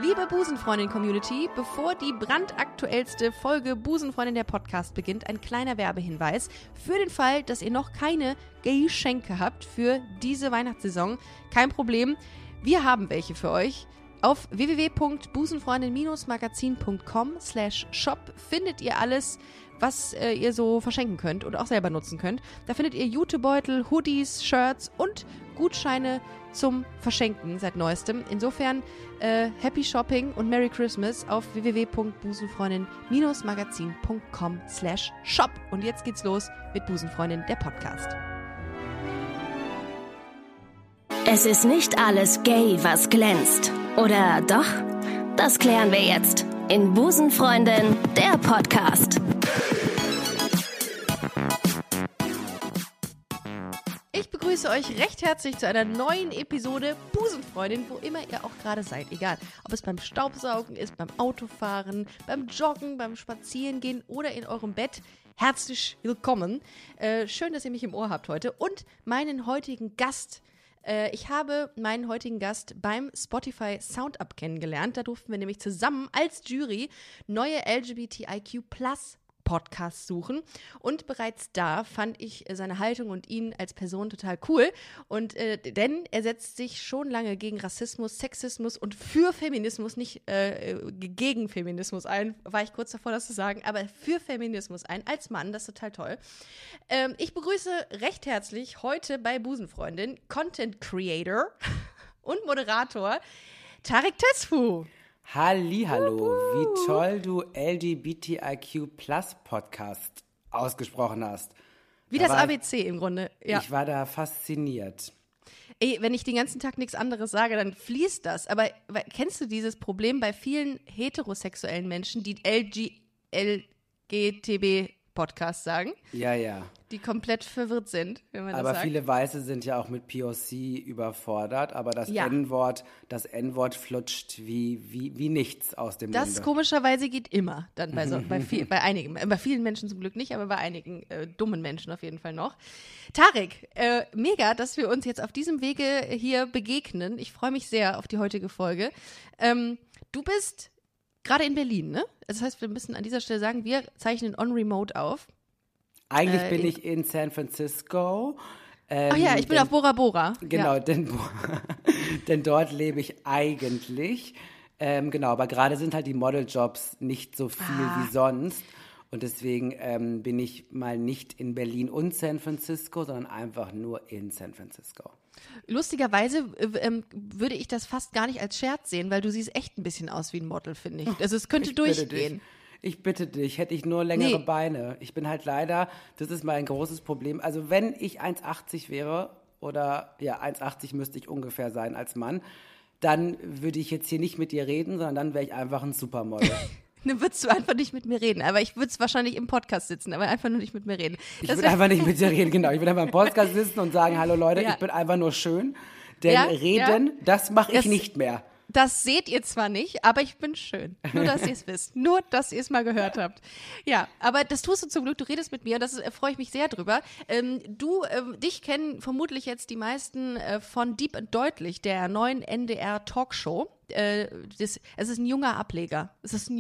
Liebe Busenfreundin-Community, bevor die brandaktuellste Folge Busenfreundin der Podcast beginnt, ein kleiner Werbehinweis. Für den Fall, dass ihr noch keine Geschenke habt für diese Weihnachtssaison, kein Problem, wir haben welche für euch. Auf www.busenfreundin-magazin.com/shop findet ihr alles, was ihr so verschenken könnt und auch selber nutzen könnt. Da findet ihr Jutebeutel, Hoodies, Shirts und Gutscheine zum Verschenken seit Neuestem. Insofern Happy Shopping und Merry Christmas auf www.busenfreundin-magazin.com/shop. Und jetzt geht's los mit Busenfreundin, der Podcast. Es ist nicht alles gay, was glänzt. Oder doch? Das klären wir jetzt in Busenfreundin, der Podcast. Ich begrüße euch recht herzlich zu einer neuen Episode Busenfreundin, wo immer ihr auch gerade seid. Egal, ob es beim Staubsaugen ist, beim Autofahren, beim Joggen, beim Spazierengehen oder in eurem Bett. Herzlich willkommen. Schön, dass ihr mich im Ohr habt heute. Und meinen heutigen Gast. Ich habe meinen heutigen Gast beim Spotify Soundup kennengelernt. Da durften wir nämlich zusammen als Jury neue LGBTIQ+ Podcasts suchen. Und bereits da fand ich seine Haltung und ihn als Person total cool. Und denn er setzt sich schon lange gegen Rassismus, Sexismus und für Feminismus, nicht gegen Feminismus ein, war ich kurz davor, das zu sagen, aber für Feminismus ein, als Mann, das ist total toll. Ich begrüße recht herzlich heute bei Busenfreundin Content Creator und Moderator Tarek Tesfu. Hallihallo, wie toll du LGBTIQ+ Podcast ausgesprochen hast. Wie das ABC im Grunde, ja. Ich war da fasziniert. Ey, wenn ich den ganzen Tag nichts anderes sage, dann fließt das. Aber kennst du dieses Problem bei vielen heterosexuellen Menschen, die LGTB-Podcasts sagen? Ja. Die komplett verwirrt sind, wenn man das Aber sagt. viele Weiße sind ja auch mit POC überfordert, aber das N-Wort flutscht wie nichts aus dem Munde. Das komischerweise geht immer, dann bei einigen, bei vielen Menschen zum Glück nicht, aber bei einigen dummen Menschen auf jeden Fall noch. Tarek, mega, dass wir uns jetzt auf diesem Wege hier begegnen. Ich freue mich sehr auf die heutige Folge. Du bist gerade in Berlin, ne? Das heißt, wir müssen an dieser Stelle sagen, wir zeichnen on Remote auf. Eigentlich bin ich in San Francisco. Ach ja, ich bin auf Bora Bora. Genau, ja. denn dort lebe ich eigentlich. Genau, aber gerade sind halt die Modeljobs nicht so viel wie sonst. Und deswegen bin ich mal nicht in Berlin und San Francisco, sondern einfach nur in San Francisco. Lustigerweise würde ich das fast gar nicht als Scherz sehen, weil du siehst echt ein bisschen aus wie ein Model, finde ich. Also es könnte durchgehen. Ich bitte dich, hätte ich nur längere Beine. Ich bin halt leider, das ist mein großes Problem. Also wenn ich 1,80 wäre, oder 1,80 müsste ich ungefähr sein als Mann, dann würde ich jetzt hier nicht mit dir reden, sondern dann wäre ich einfach ein Supermodel. Dann würdest du einfach nicht mit mir reden. Aber ich würde es wahrscheinlich im Podcast sitzen, aber einfach nur nicht mit mir reden. Ich würde einfach nicht mit dir reden, genau. Ich würde einfach im Podcast sitzen und sagen, hallo Leute, ich bin einfach nur schön. Denn reden, das mache ich nicht mehr. Das seht ihr zwar nicht, aber ich bin schön. Nur, dass ihr es wisst. Nur, dass ihr es mal gehört habt. Ja, aber das tust du zum Glück. Du redest mit mir. Das freue ich mich sehr drüber. Dich kennen vermutlich jetzt die meisten von Deep und Deutlich, der neuen NDR-Talkshow. Es ist ein junger Ableger.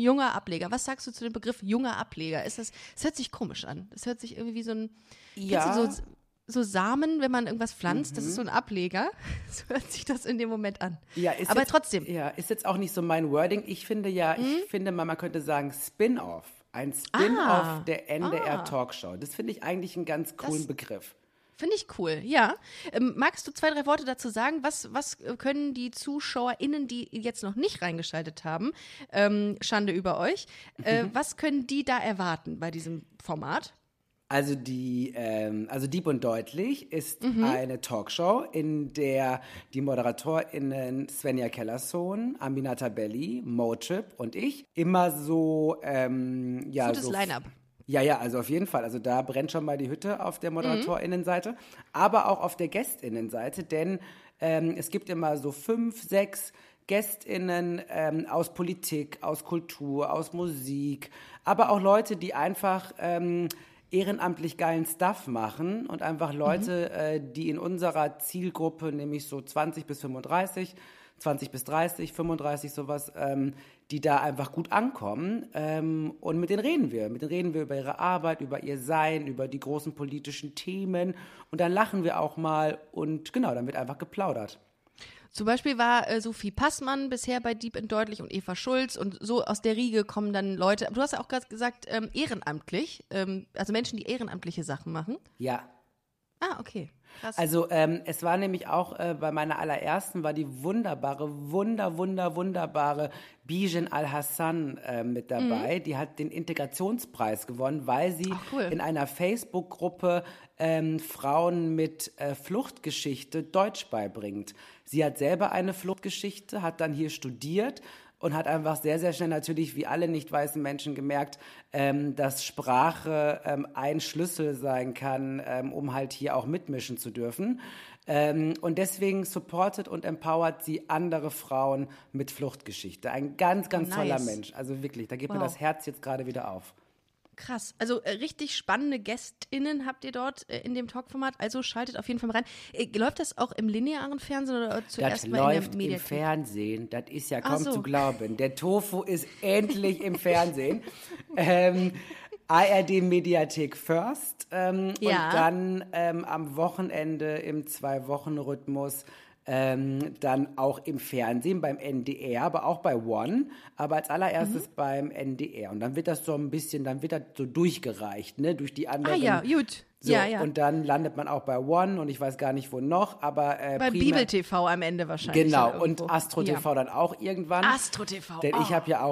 Was sagst du zu dem Begriff junger Ableger? Es hört sich komisch an. Es hört sich irgendwie wie so ein... Ja. Kennst du so Samen, wenn man irgendwas pflanzt, das ist so ein Ableger. So hört sich das in dem Moment an. Ja, aber trotzdem. Ja, ist jetzt auch nicht so mein Wording. Ich finde man könnte sagen Spin-off. Ein Spin-off der NDR-Talkshow. Das finde ich eigentlich einen ganz coolen Begriff. Finde ich cool, ja. Magst du 2, 3 Worte dazu sagen? Was können die ZuschauerInnen, die jetzt noch nicht reingeschaltet haben, Schande über euch, was können die da erwarten bei diesem Format? Also Deep und Deutlich ist eine Talkshow, in der die ModeratorInnen Svenja Kellersohn, Aminata Belli, Motrip und ich immer so gutes Line-Up. Ja, also auf jeden Fall. Also da brennt schon mal die Hütte auf der ModeratorInnenseite, aber auch auf der GästInnenseite, denn es gibt immer so 5, 6 GästInnen aus Politik, aus Kultur, aus Musik, aber auch Leute, die einfach ehrenamtlich geilen Stuff machen und einfach Leute, die in unserer Zielgruppe, nämlich so 20 bis 35, 20 bis 30, 35, sowas, die da einfach gut ankommen. Und mit denen reden wir. Mit denen reden wir über ihre Arbeit, über ihr Sein, über die großen politischen Themen. Und dann lachen wir auch mal und genau, dann wird einfach geplaudert. Zum Beispiel war Sophie Passmann bisher bei Deep and Deutlich und Eva Schulz und so aus der Riege kommen dann Leute, du hast ja auch gerade gesagt, ehrenamtlich, also Menschen, die ehrenamtliche Sachen machen. Ja. Ah, okay. Krass. Also es war nämlich auch bei meiner allerersten, war die wunderbare Bijan Al-Hassan mit dabei. Die hat den Integrationspreis gewonnen, weil sie in einer Facebook-Gruppe Frauen mit Fluchtgeschichte Deutsch beibringt. Sie hat selber eine Fluchtgeschichte, hat dann hier studiert und hat einfach sehr, sehr schnell natürlich, wie alle nicht weißen Menschen, gemerkt, dass Sprache ein Schlüssel sein kann, um halt hier auch mitmischen zu dürfen. Und deswegen supportet und empowert sie andere Frauen mit Fluchtgeschichte. Ein ganz, ganz toller Mensch. Also wirklich, da geht mir das Herz jetzt gerade wieder auf. Krass. Also richtig spannende GästInnen habt ihr dort in dem Talkformat. Also schaltet auf jeden Fall mal rein. Läuft das auch im linearen Fernsehen oder zuerst mal in der Mediathek? Das läuft im Fernsehen. Das ist ja kaum zu glauben. Der Tofu ist endlich im Fernsehen. ARD Mediathek First. Und dann am Wochenende im 2-Wochen-Rhythmus dann auch im Fernsehen, beim NDR, aber auch bei One, aber als allererstes beim NDR. Und dann wird das so ein bisschen, dann wird das so durchgereicht, ne, durch die anderen. Ah ja, gut. So, ja. Und dann landet man auch bei One und ich weiß gar nicht, wo noch, aber bei Bibel TV am Ende wahrscheinlich. Genau, und Astro TV dann auch irgendwann. Astro TV. Denn ich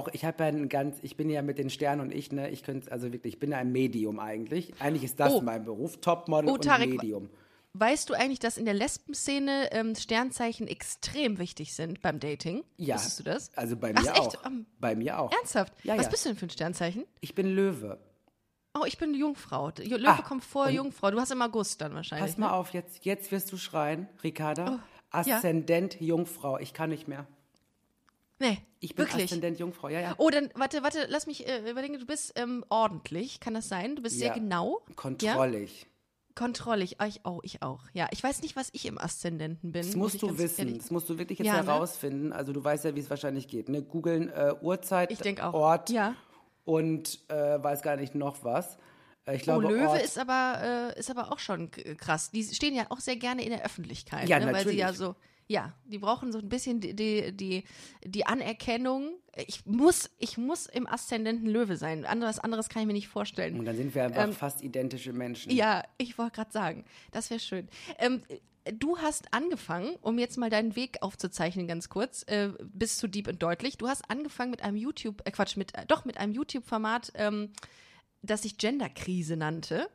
bin ja mit den Sternen und ich, ne, ich bin ja ein Medium eigentlich. Eigentlich ist das mein Beruf, Topmodel und Tarek, Medium. Weißt du eigentlich, dass in der Lesbenszene Sternzeichen extrem wichtig sind beim Dating? Ja. Wusstest du das? Also bei mir auch. Bei mir auch. Ernsthaft? Ja, Was bist du denn für ein Sternzeichen? Ich bin Löwe. Oh, ich bin Jungfrau. Löwe kommt vor Jungfrau. Du hast im August dann wahrscheinlich. Pass mal auf, jetzt wirst du schreien, Ricarda. Aszendent Jungfrau. Ich kann nicht mehr. Nee, ich bin wirklich? Aszendent Jungfrau, ja. Oh, dann, warte, lass mich überlegen. Du bist ordentlich, kann das sein? Du bist sehr genau. Kontrollig. Ja? Kontrollig, ich auch. Ja, ich weiß nicht, was ich im Aszendenten bin. Das musst du wissen, das musst du wirklich jetzt herausfinden. Also du weißt ja, wie es wahrscheinlich geht. Ne? Googeln Uhrzeit, Ort und weiß gar nicht noch was. Ich glaube, Löwe ist aber auch schon krass. Die stehen ja auch sehr gerne in der Öffentlichkeit, ja, ne? Natürlich. Weil sie ja so, die brauchen so ein bisschen die Anerkennung. Ich muss im Aszendenten Löwe sein. Was anderes kann ich mir nicht vorstellen. Und dann sind wir einfach fast identische Menschen. Ja, ich wollte gerade sagen, das wäre schön. Du hast angefangen, um jetzt mal deinen Weg aufzuzeichnen, ganz kurz, bis zu Deep and Deutlich. Du hast angefangen mit einem mit einem YouTube-Format, das sich Genderkrise nannte.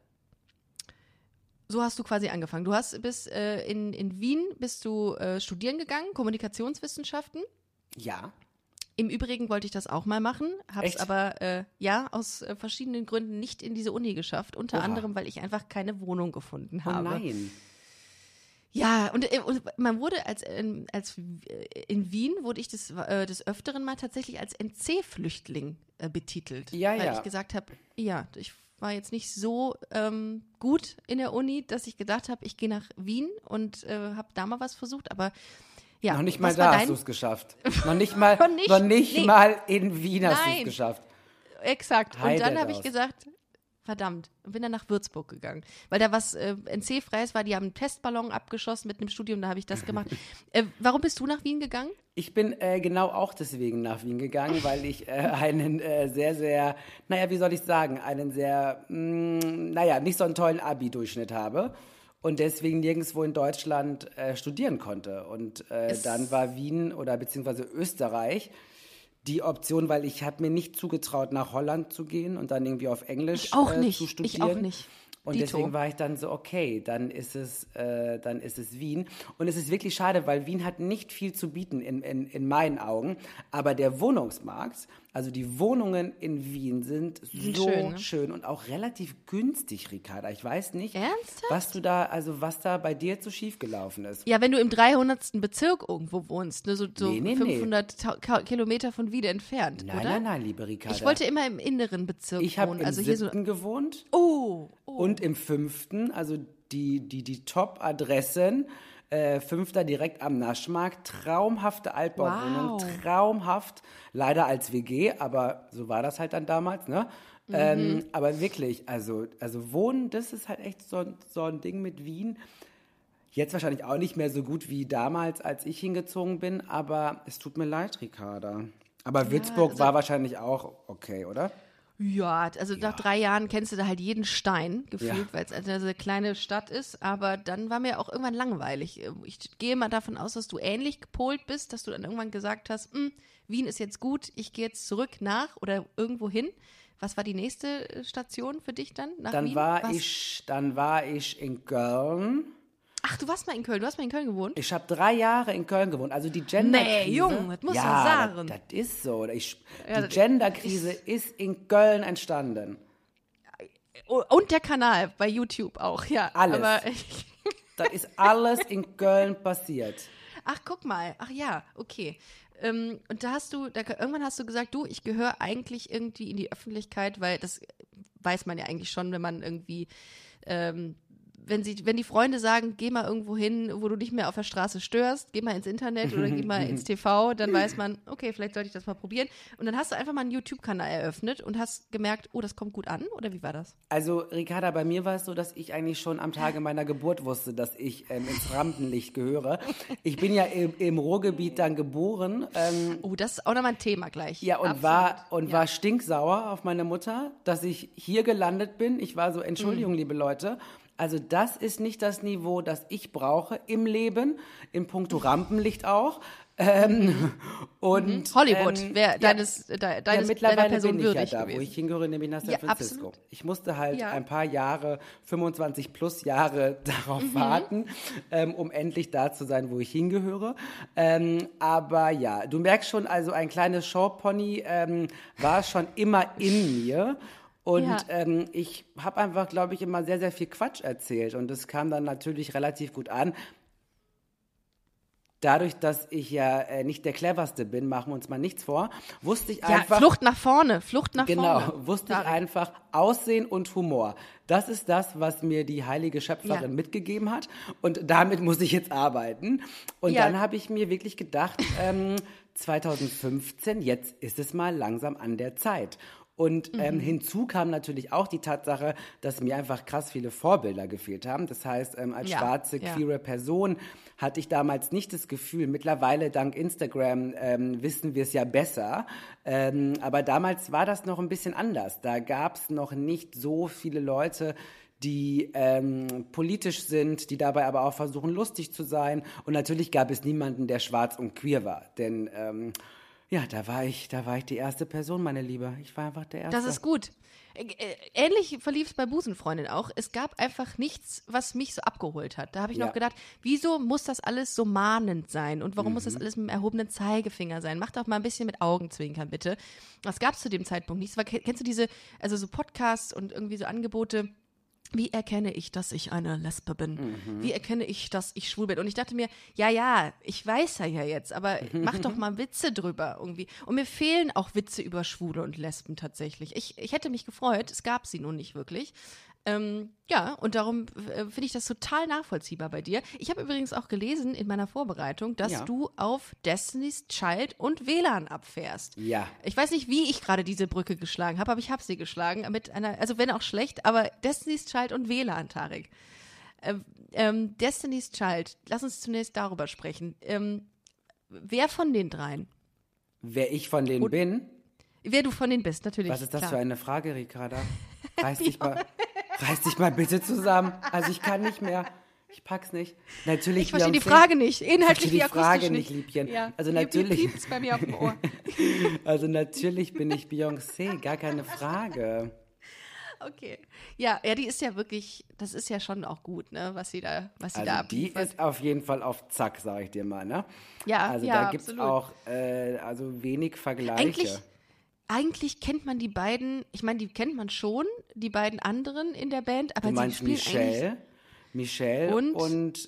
So hast du quasi angefangen. Du hast in Wien bist du studieren gegangen, Kommunikationswissenschaften. Ja. Im Übrigen wollte ich das auch mal machen, habe es aber aus verschiedenen Gründen nicht in diese Uni geschafft. Unter anderem, weil ich einfach keine Wohnung gefunden habe. Oh nein. Ja, und man wurde als in Wien wurde ich des Öfteren mal tatsächlich als NC-Flüchtling betitelt. Weil ich gesagt habe, ich war jetzt nicht so gut in der Uni, dass ich gedacht habe, ich gehe nach Wien und habe da mal was versucht, aber ja. Noch nicht mal da hast du es geschafft. Noch nicht mal in Wien hast du es geschafft. Exakt. Und dann habe ich gesagt, verdammt, und bin dann nach Würzburg gegangen. Weil da was NC-freies war, die haben einen Testballon abgeschossen mit einem Studium, da habe ich das gemacht. Warum bist du nach Wien gegangen? Ich bin genau auch deswegen nach Wien gegangen, weil ich einen sehr, sehr, wie soll ich sagen, einen sehr, nicht so einen tollen Abi-Durchschnitt habe und deswegen nirgendwo in Deutschland studieren konnte. Und dann war Wien oder beziehungsweise Österreich die Option, weil ich habe mir nicht zugetraut, nach Holland zu gehen und dann irgendwie auf Englisch zu studieren. Ich auch nicht. Und deswegen war ich dann so, okay, dann ist es Wien. Und es ist wirklich schade, weil Wien hat nicht viel zu bieten in meinen Augen. Aber der Wohnungsmarkt, also die Wohnungen in Wien sind so schön und auch relativ günstig, Ricarda. Ich weiß nicht, was da bei dir so schief gelaufen ist. Ja, wenn du im 300. Bezirk irgendwo wohnst, ne, so 500 Kilometer von Wien entfernt, oder? Nein, liebe Ricarda. Ich wollte immer im inneren Bezirk wohnen. Ich habe im 7. gewohnt. Oh. Und im 5., also die Top-Adressen Fünfter direkt am Naschmarkt. Traumhafte Altbauwohnung, Wow. traumhaft. Leider als WG, aber so war das halt dann damals, ne? Aber wirklich, also Wohnen, das ist halt echt so ein Ding mit Wien. Jetzt wahrscheinlich auch nicht mehr so gut wie damals, als ich hingezogen bin, aber es tut mir leid, Ricarda. Aber Würzburg also- war wahrscheinlich auch okay, oder? Ja, also nach 3 Jahren kennst du da halt jeden Stein gefühlt, Ja. weil es eine kleine Stadt ist. Aber dann war mir auch irgendwann langweilig. Ich gehe mal davon aus, dass du ähnlich gepolt bist, dass du dann irgendwann gesagt hast, Wien ist jetzt gut, ich gehe jetzt zurück nach oder irgendwo hin. Was war die nächste Station für dich dann nach Dann Wien? war ich in Köln. Ach, du warst mal in Köln. Du hast mal in Köln gewohnt? Ich habe 3 Jahre in Köln gewohnt. Also die Genderkrise. Nee, Junge, das musst du ja, sagen. Das ist so. Die das- Genderkrise ist in Köln entstanden. Und der Kanal bei YouTube auch, ja. Alles. Aber Das ist alles in Köln passiert. ach, guck mal. Ach ja, okay. Und irgendwann hast du gesagt, du, ich gehöre eigentlich irgendwie in die Öffentlichkeit, weil das weiß man ja eigentlich schon, wenn man irgendwie, wenn die Freunde sagen, geh mal irgendwo hin, wo du nicht mehr auf der Straße störst, geh mal ins Internet oder geh mal ins TV, dann weiß man, okay, vielleicht sollte ich das mal probieren. Und dann hast du einfach mal einen YouTube-Kanal eröffnet und hast gemerkt, oh, das kommt gut an, oder wie war das? Also, Ricarda, bei mir war es so, dass ich eigentlich schon am Tage meiner Geburt wusste, dass ich ins Rampenlicht gehöre. Ich bin ja im Ruhrgebiet dann geboren. Oh, das ist auch nochmal ein Thema gleich. Ja, und war stinksauer auf meine Mutter, dass ich hier gelandet bin. Ich war so, Entschuldigung, liebe Leute. Also das ist nicht das Niveau, das ich brauche im Leben, in puncto Rampenlicht auch. Und Hollywood wäre deiner mittlerweile Person bin ich würdig ja da, gewesen. wo ich hingehöre, nämlich nach San Ja, Francisco. absolut. Ich musste halt Ja. ein paar Jahre, 25 plus Jahre darauf warten, um endlich da zu sein, wo ich hingehöre. Aber ja, du merkst schon, also ein kleines Showpony war schon immer in mir. Und Ja. ich habe einfach, glaube ich, immer sehr, sehr viel Quatsch erzählt. Und das kam dann natürlich relativ gut an. Dadurch, dass ich ja nicht der Cleverste bin, machen wir uns mal nichts vor, wusste ich Ja, einfach... Flucht nach vorne, Flucht nach Genau, vorne. wusste ich Tarek. einfach, Aussehen und Humor. Das ist das, was mir die heilige Schöpferin Ja. mitgegeben hat. Und damit muss ich jetzt arbeiten. Und Ja. dann habe ich mir wirklich gedacht, 2015, jetzt ist es mal langsam an der Zeit. Und hinzu kam natürlich auch die Tatsache, dass mir einfach krass viele Vorbilder gefehlt haben. Das heißt, als Ja, schwarze, ja. queere Person hatte ich damals nicht das Gefühl, mittlerweile dank Instagram wissen wir es ja besser, aber damals war das noch ein bisschen anders. Da gab es noch nicht so viele Leute, die politisch sind, die dabei aber auch versuchen, lustig zu sein. Und natürlich gab es niemanden, der schwarz und queer war. Denn ja, da war ich die erste Person, meine Liebe. Ich war einfach der Erste. Das ist gut. Ähnlich verlief es bei Busenfreundin auch. Es gab einfach nichts, was mich so abgeholt hat. Da habe ich Ja. noch gedacht, wieso muss das alles so mahnend sein? Und warum muss das alles mit dem erhobenen Zeigefinger sein? Mach doch mal ein bisschen mit Augenzwinkern, bitte. Das gab es zu dem Zeitpunkt nicht. Kennst du diese, also so Podcasts und irgendwie so Angebote, wie erkenne ich, dass ich eine Lesbe bin? Wie erkenne ich, dass ich schwul bin? Und ich dachte mir, ja, ich weiß ja jetzt, aber mach doch mal Witze drüber irgendwie. Und mir fehlen auch Witze über Schwule und Lesben tatsächlich. Ich hätte mich gefreut, es gab sie nun nicht wirklich. Ja, und darum finde ich das total nachvollziehbar bei dir. Ich habe übrigens auch gelesen in meiner Vorbereitung, dass Ja. du auf Destiny's Child und WLAN abfährst. Ja. Ich weiß nicht, wie ich gerade diese Brücke geschlagen habe, aber ich habe sie geschlagen mit einer, also wenn auch schlecht, aber Destiny's Child und WLAN, Tarek. Destiny's Child, lass uns zunächst darüber sprechen. Wer von den dreien? Wer ich von denen bin? Wer du von denen bist, natürlich. Was ist das klar. für eine Frage, Ricarda? Reiß dich mal bitte zusammen. Also ich kann nicht mehr. Ich pack's nicht. Natürlich Ich verstehe die Beyoncé. Frage nicht. Inhaltlich Ich wie verstehe die Frage akustisch nicht, Liebchen. Ja. Also Hier natürlich- piept's bei mir auf dem Ohr. Also natürlich bin ich Beyoncé, gar keine Frage. Okay. Ja, die ist ja wirklich, das ist ja schon auch gut, ne, was sie da Also die abliefert. ist auf jeden Fall auf Zack, sag ich dir mal, ne? Ja, Also ja, da gibt's absolut. auch also wenig Vergleiche. Eigentlich kennt man die beiden, ich meine, die kennt man schon, die beiden anderen in der Band, aber Du meinst sie spielen Michelle und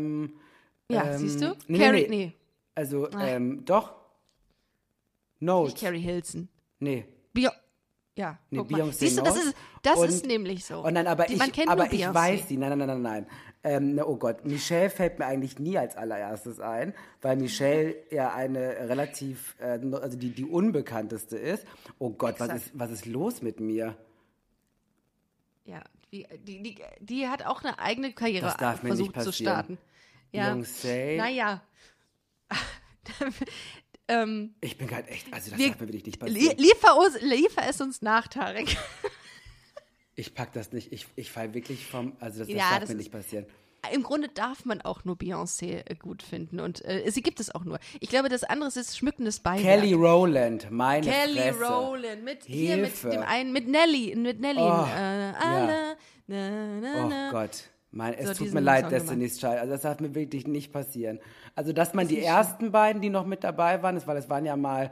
ja, siehst du? nee, Carrie, nee. nee, Also doch. Notes. nicht Carrie Hilson. Nee. Ja, Nee, guck mal. Beyoncé Siehst du, knows. das Und- ist nämlich so. Und dann aber Man kennt nur ich Beyoncé. weiß sie. Nein. Oh Gott, Michelle fällt mir eigentlich nie als allererstes ein, weil Michelle ja eine relativ, also die unbekannteste ist. Oh Gott, Exakt. was ist los mit mir? Ja, die hat auch eine eigene Karriere Das darf mir nicht versucht zu passieren. starten. Ja. Beyoncé. Naja. Ich bin gerade echt, also das Wir- darf mir wirklich nicht passieren. Liefer es uns nach, Tarek. Ich pack das nicht, ich fall wirklich also das Ja, darf das mir ist- nicht passieren. Im Grunde darf man auch nur Beyoncé gut finden und sie gibt es auch nur. Ich glaube, das andere ist schmückendes Beiwerk. Kelly Rowland, meine Kelly Fresse. Rowland mit Hilfe. dem einen mit Nelly. Oh, Alle, Oh Gott. Es So, tut diesen mir leid, Song Destiny's Child. Also das darf mir wirklich nicht passieren. Also dass man Ist die nicht ersten beiden, die noch mit dabei waren, es waren ja mal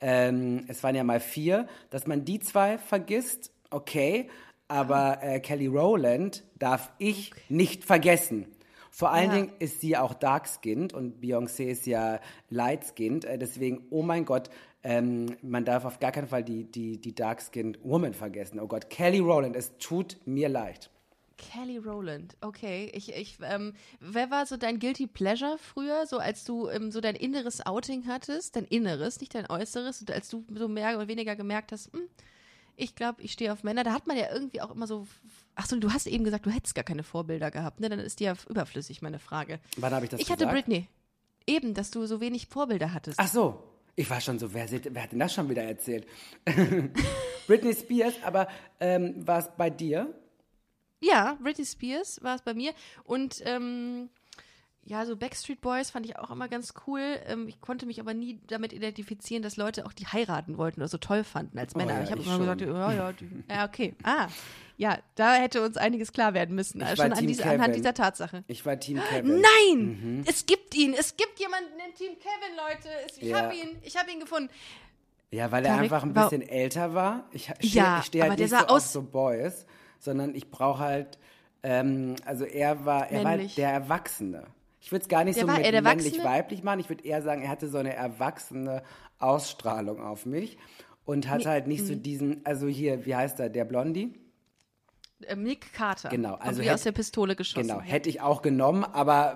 4, dass man die 2 vergisst, okay, aber Kelly Rowland darf ich nicht vergessen. Vor allen Ja. Dingen ist sie auch dark-skinned und Beyoncé ist ja light-skinned, deswegen, oh mein Gott, man darf auf gar keinen Fall die dark-skinned Woman vergessen. Oh Gott, Kelly Rowland, es tut mir leid. Kelly Rowland, okay. Wer war so dein Guilty Pleasure früher, so als du so dein inneres Outing hattest, dein Inneres, nicht dein Äußeres, und als du so mehr oder weniger gemerkt hast, ich glaube, ich stehe auf Männer, da hat man ja irgendwie auch immer so, achso, du hast eben gesagt, du hättest gar keine Vorbilder gehabt, ne? Dann ist die ja überflüssig, meine Frage. Wann habe ich das Ich gesagt? hatte Britney. Eben, dass du so wenig Vorbilder hattest. Ach so, ich war schon so, wer hat denn das schon wieder erzählt? Britney Spears, aber war es bei dir? Ja, Britney Spears war es bei mir. Und ja, so Backstreet Boys fand ich auch immer ganz cool. Ich konnte mich aber nie damit identifizieren, dass Leute auch die heiraten wollten oder so toll fanden als Männer. ja, ich habe ich immer schon. gesagt, ja, okay. Ja, da hätte uns einiges klar werden müssen. Ich war Schon Team anhand Kevin. dieser Tatsache. Ich war Team Kevin. Nein! Es gibt ihn. Es gibt jemanden im Team Kevin, Leute. Ich Ja. habe ihn gefunden. Ja, weil er Tarek, einfach ein bisschen älter war. Ich Ja, stehe aber halt der nicht sah so auf aus- so Boys, sondern ich brauche halt, also er war Männlich. der Erwachsene. Ich würde es gar nicht Der so war mit eher der männlich-weiblich machen. Ich würde eher sagen, er hatte so eine erwachsene Ausstrahlung auf mich und hatte halt nicht so diesen, also hier, wie heißt er, der Blondie? Nick Carter. Genau, Kommt also wie aus der Pistole geschossen. Genau, hätte ich auch genommen, aber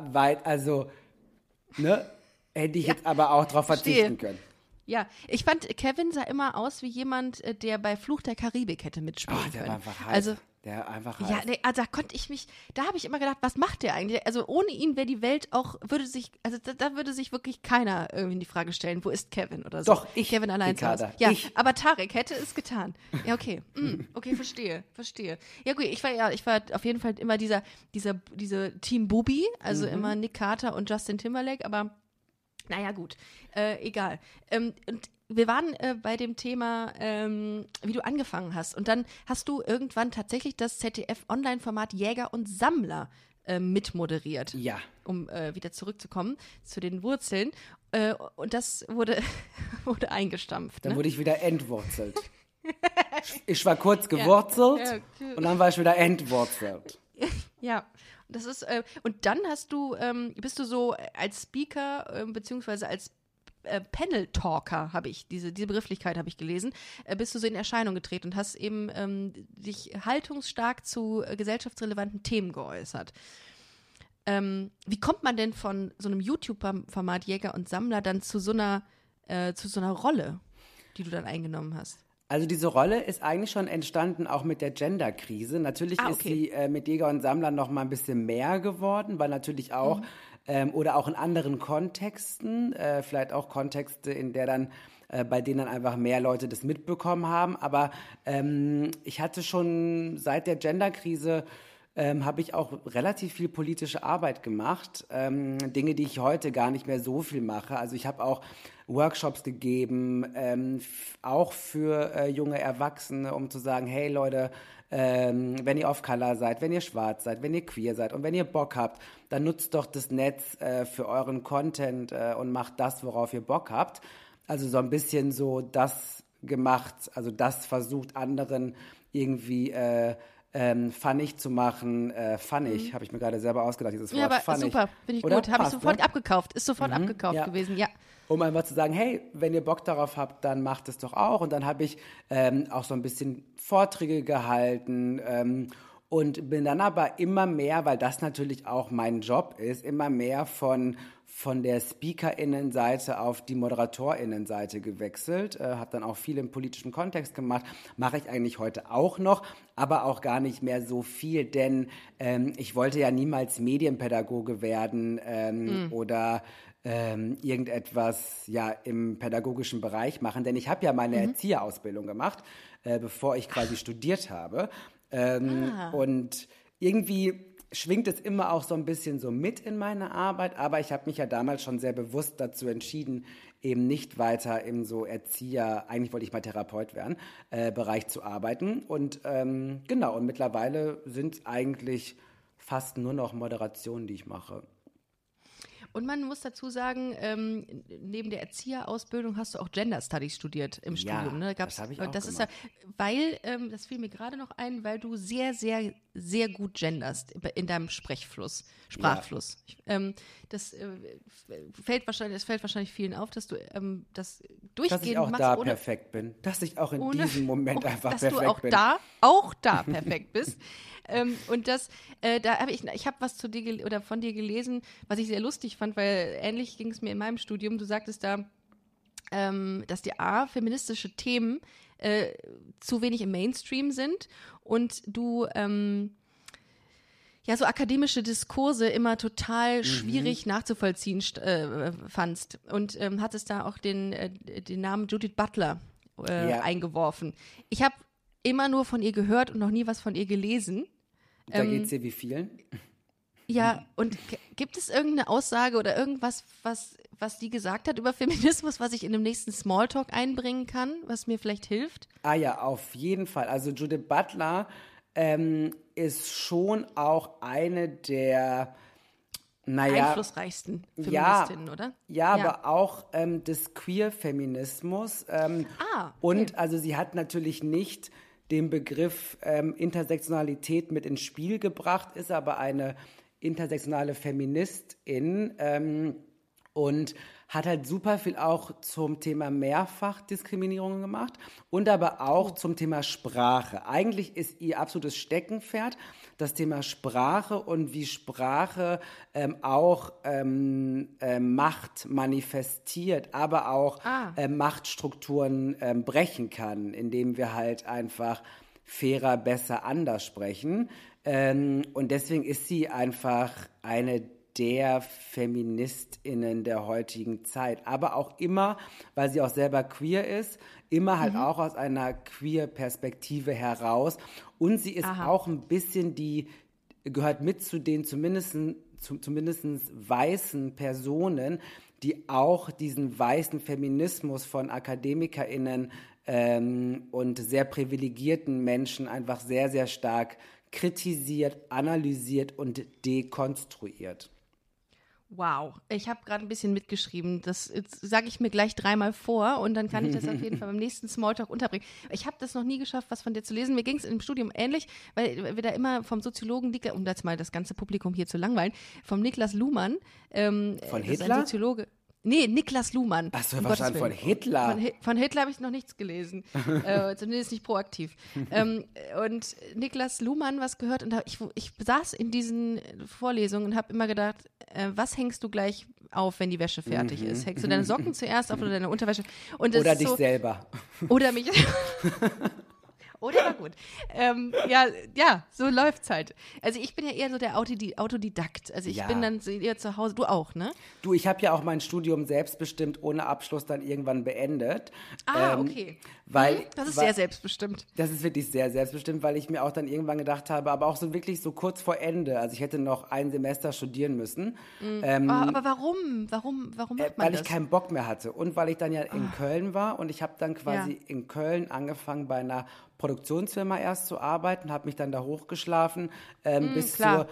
hätte ich jetzt aber auch drauf Verstehe. verzichten können. Ja, ich fand, Kevin sah immer aus wie jemand, der bei Fluch der Karibik hätte mitspielen Oh, der können. war einfach heiß. Also, der einfach ja, heiß. da habe ich immer gedacht, was macht der eigentlich? Also ohne ihn wäre die Welt auch, da würde sich wirklich keiner irgendwie die Frage stellen, wo ist Kevin oder so. Doch, ich, Kevin allein zu Ricarda, Hause. Ja, ich. aber Tarek hätte es getan. Ja, okay. Okay, verstehe. Ja gut, ich war auf jeden Fall immer diese Team Bubi, also immer Nick Carter und Justin Timberlake, aber naja, gut, egal. Und wir waren bei dem Thema, wie du angefangen hast. Und dann hast du irgendwann tatsächlich das ZDF-Online-Format Jäger und Sammler mitmoderiert, Ja. um wieder zurückzukommen zu den Wurzeln. Und das wurde eingestampft. Dann Ne? wurde ich wieder entwurzelt. Ich war kurz gewurzelt Ja, okay. und dann war ich wieder entwurzelt. Ja, das ist, und dann bist du so als Speaker, beziehungsweise als Panel-Talker, diese Begrifflichkeit habe ich gelesen, bist du so in Erscheinung getreten und hast eben dich haltungsstark zu gesellschaftsrelevanten Themen geäußert. Wie kommt man denn von so einem YouTube-Format Jäger und Sammler dann zu so einer Rolle, die du dann eingenommen hast? Also diese Rolle ist eigentlich schon entstanden, auch mit der Gender-Krise. Natürlich ist okay. sie mit Jäger und Sammler noch mal ein bisschen mehr geworden, weil natürlich auch, oder auch in anderen Kontexten, vielleicht auch Kontexte, in der dann bei denen dann einfach mehr Leute das mitbekommen haben. Aber ich hatte schon seit der Gender-Krise habe ich auch relativ viel politische Arbeit gemacht. Dinge, die ich heute gar nicht mehr so viel mache. Also ich habe auch Workshops gegeben, auch für junge Erwachsene, um zu sagen, hey Leute, wenn ihr off-color seid, wenn ihr schwarz seid, wenn ihr queer seid und wenn ihr Bock habt, dann nutzt doch das Netz für euren Content und macht das, worauf ihr Bock habt. Also so ein bisschen so das gemacht, also das versucht anderen irgendwie funnig zu machen. Funnig, habe ich mir gerade selber ausgedacht, dieses Wort. Ja, aber funnig. super, finde ich Oder? gut. Habe ich Passt, sofort ne? abgekauft. Ist sofort abgekauft ja. gewesen, ja. Um einfach zu sagen, hey, wenn ihr Bock darauf habt, dann macht es doch auch. Und dann habe ich auch so ein bisschen Vorträge gehalten und bin dann aber immer mehr, weil das natürlich auch mein Job ist, immer mehr von der SpeakerInnenseite auf die ModeratorInnenseite gewechselt. Habe dann auch viel im politischen Kontext gemacht. Mache ich eigentlich heute auch noch, aber auch gar nicht mehr so viel, denn ich wollte ja niemals Medienpädagoge werden oder irgendetwas ja im pädagogischen Bereich machen, denn ich habe ja meine Erzieherausbildung gemacht, bevor ich quasi studiert habe. Und irgendwie schwingt es immer auch so ein bisschen so mit in meine Arbeit, aber ich habe mich ja damals schon sehr bewusst dazu entschieden, eben nicht weiter im so Erzieher, eigentlich wollte ich mal Therapeut werden, Bereich zu arbeiten. Und genau, und mittlerweile sind es eigentlich fast nur noch Moderationen, die ich mache. Und man muss dazu sagen, neben der Erzieherausbildung hast du auch Gender Studies studiert im Studium. Ne? Das habe ich auch das ist gemacht. ja, weil, das fiel mir gerade noch ein, weil du sehr, sehr, sehr gut genderst in deinem Sprachfluss. Das fällt wahrscheinlich vielen auf, dass du das durchgehend Dass ich auch machst. da perfekt bin. Dass ich auch in diesem Moment einfach dass perfekt du auch bin. auch da perfekt bist. Und da habe ich habe was zu dir oder von dir gelesen, was ich sehr lustig fand, weil ähnlich ging es mir in meinem Studium. Du sagtest da, dass die feministische Themen zu wenig im Mainstream sind und du so akademische Diskurse immer total schwierig nachzuvollziehen fandst und hattest da auch den Namen Judith Butler eingeworfen. Ich habe immer nur von ihr gehört und noch nie was von ihr gelesen. Da geht's dir wie vielen? Ja, und gibt es irgendeine Aussage oder irgendwas, was die gesagt hat über Feminismus, was ich in dem nächsten Smalltalk einbringen kann, was mir vielleicht hilft? Ah ja, auf jeden Fall. Also Judith Butler ist schon auch eine der einflussreichsten Feministinnen, oder? Ja, aber auch des Queer-Feminismus. Okay. Also sie hat natürlich nicht den Begriff Intersektionalität mit ins Spiel gebracht, ist aber eine intersektionale Feministin und hat halt super viel auch zum Thema Mehrfachdiskriminierung gemacht und aber auch zum Thema Sprache. Eigentlich ist ihr absolutes Steckenpferd das Thema Sprache und wie Sprache auch Macht manifestiert, aber auch Machtstrukturen brechen kann, indem wir halt einfach fairer, besser, anders sprechen. Und deswegen ist sie einfach eine der FeministInnen der heutigen Zeit. Aber auch immer, weil sie auch selber queer ist, immer halt auch aus einer Queer-Perspektive heraus. Und sie ist auch ein bisschen gehört mit zu den zumindest weißen Personen, die auch diesen weißen Feminismus von AkademikerInnen und sehr privilegierten Menschen einfach sehr, sehr stark kritisiert, analysiert und dekonstruiert. Wow, ich habe gerade ein bisschen mitgeschrieben. Das sage ich mir gleich 3-mal vor und dann kann ich das auf jeden Fall beim nächsten Smalltalk unterbringen. Ich habe das noch nie geschafft, was von dir zu lesen. Mir ging es im Studium ähnlich, weil wir da immer vom Soziologen, um jetzt mal das ganze Publikum hier zu langweilen, vom Niklas Luhmann. Von Hitler? Ein Soziologe. Nee, Niklas Luhmann. Ach so, wahrscheinlich von Hitler. Von Hitler habe ich noch nichts gelesen. Zumindest nicht proaktiv. Und Niklas Luhmann was gehört. Und ich saß in diesen Vorlesungen und habe immer gedacht, was hängst du gleich auf, wenn die Wäsche fertig ist? Hängst du deine Socken zuerst auf oder deine Unterwäsche? Und oder dich selber. Oder mich. Oder war gut. So läuft's halt. Also ich bin ja eher so der Autodidakt. Also ich bin dann eher zu Hause. Du auch, ne? Du, ich habe ja auch mein Studium selbstbestimmt ohne Abschluss dann irgendwann beendet. Okay. Das ist sehr selbstbestimmt. Das ist wirklich sehr selbstbestimmt, weil ich mir auch dann irgendwann gedacht habe, aber auch so wirklich so kurz vor Ende. Also ich hätte noch ein Semester studieren müssen. Aber warum? Warum macht man das? Weil ich keinen Bock mehr hatte und weil ich dann ja in Köln war und ich habe dann quasi in Köln angefangen bei einer Produktionsfirma erst zu arbeiten, habe mich dann da hochgeschlafen bis zur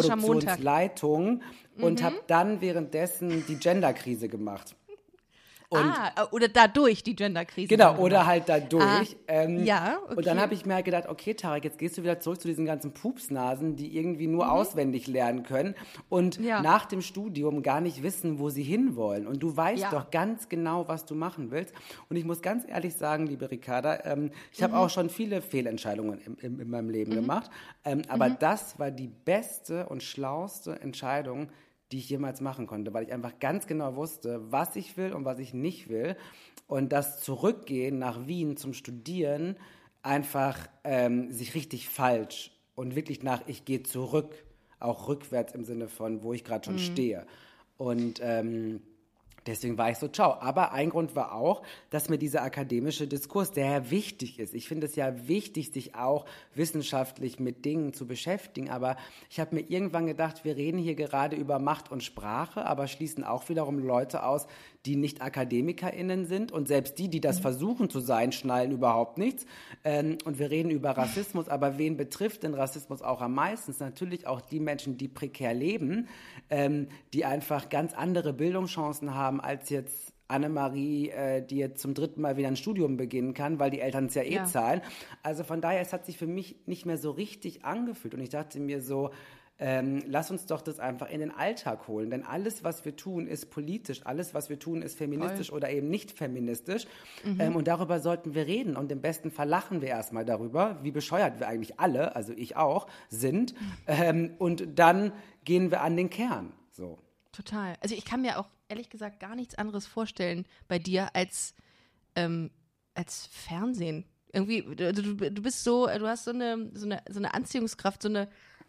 Produktionsleitung und habe dann währenddessen die Genderkrise gemacht. Oder dadurch die Genderkrise. Genau, oder halt dadurch. Ja, okay. Und dann habe ich mir halt gedacht, okay, Tarek, jetzt gehst du wieder zurück zu diesen ganzen Pupsnasen, die irgendwie nur auswendig lernen können und nach dem Studium gar nicht wissen, wo sie hinwollen. Und du weißt doch ganz genau, was du machen willst. Und ich muss ganz ehrlich sagen, liebe Ricarda, ich habe auch schon viele Fehlentscheidungen in meinem Leben gemacht. Aber das war die beste und schlauste Entscheidung, die ich jemals machen konnte, weil ich einfach ganz genau wusste, was ich will und was ich nicht will. Und das Zurückgehen nach Wien zum Studieren einfach sich richtig falsch und wirklich nach, ich gehe zurück, auch rückwärts im Sinne von, wo ich gerade schon stehe. Und deswegen war ich so, ciao. Aber ein Grund war auch, dass mir dieser akademische Diskurs, der ja wichtig ist. Ich finde es ja wichtig, sich auch wissenschaftlich mit Dingen zu beschäftigen. Aber ich habe mir irgendwann gedacht, wir reden hier gerade über Macht und Sprache, aber schließen auch wiederum Leute aus, die nicht AkademikerInnen sind. Und selbst die das versuchen zu sein, schnallen überhaupt nichts. Und wir reden über Rassismus. Aber wen betrifft denn Rassismus auch am meisten? Natürlich auch die Menschen, die prekär leben, die einfach ganz andere Bildungschancen haben, als jetzt Annemarie, die jetzt zum 3. Mal wieder ein Studium beginnen kann, weil die Eltern es ja zahlen. Also von daher, es hat sich für mich nicht mehr so richtig angefühlt. Und ich dachte mir so, lass uns doch das einfach in den Alltag holen. Denn alles, was wir tun, ist politisch. Alles, was wir tun, ist feministisch oder eben nicht feministisch. Und darüber sollten wir reden. Und im besten Fall lachen wir erstmal darüber, wie bescheuert wir eigentlich alle, also ich auch, sind. Und dann gehen wir an den Kern. So. Total. Also ich kann mir auch ehrlich gesagt gar nichts anderes vorstellen bei dir als Fernsehen. Irgendwie, du bist so, du hast so eine Anziehungskraft, so eine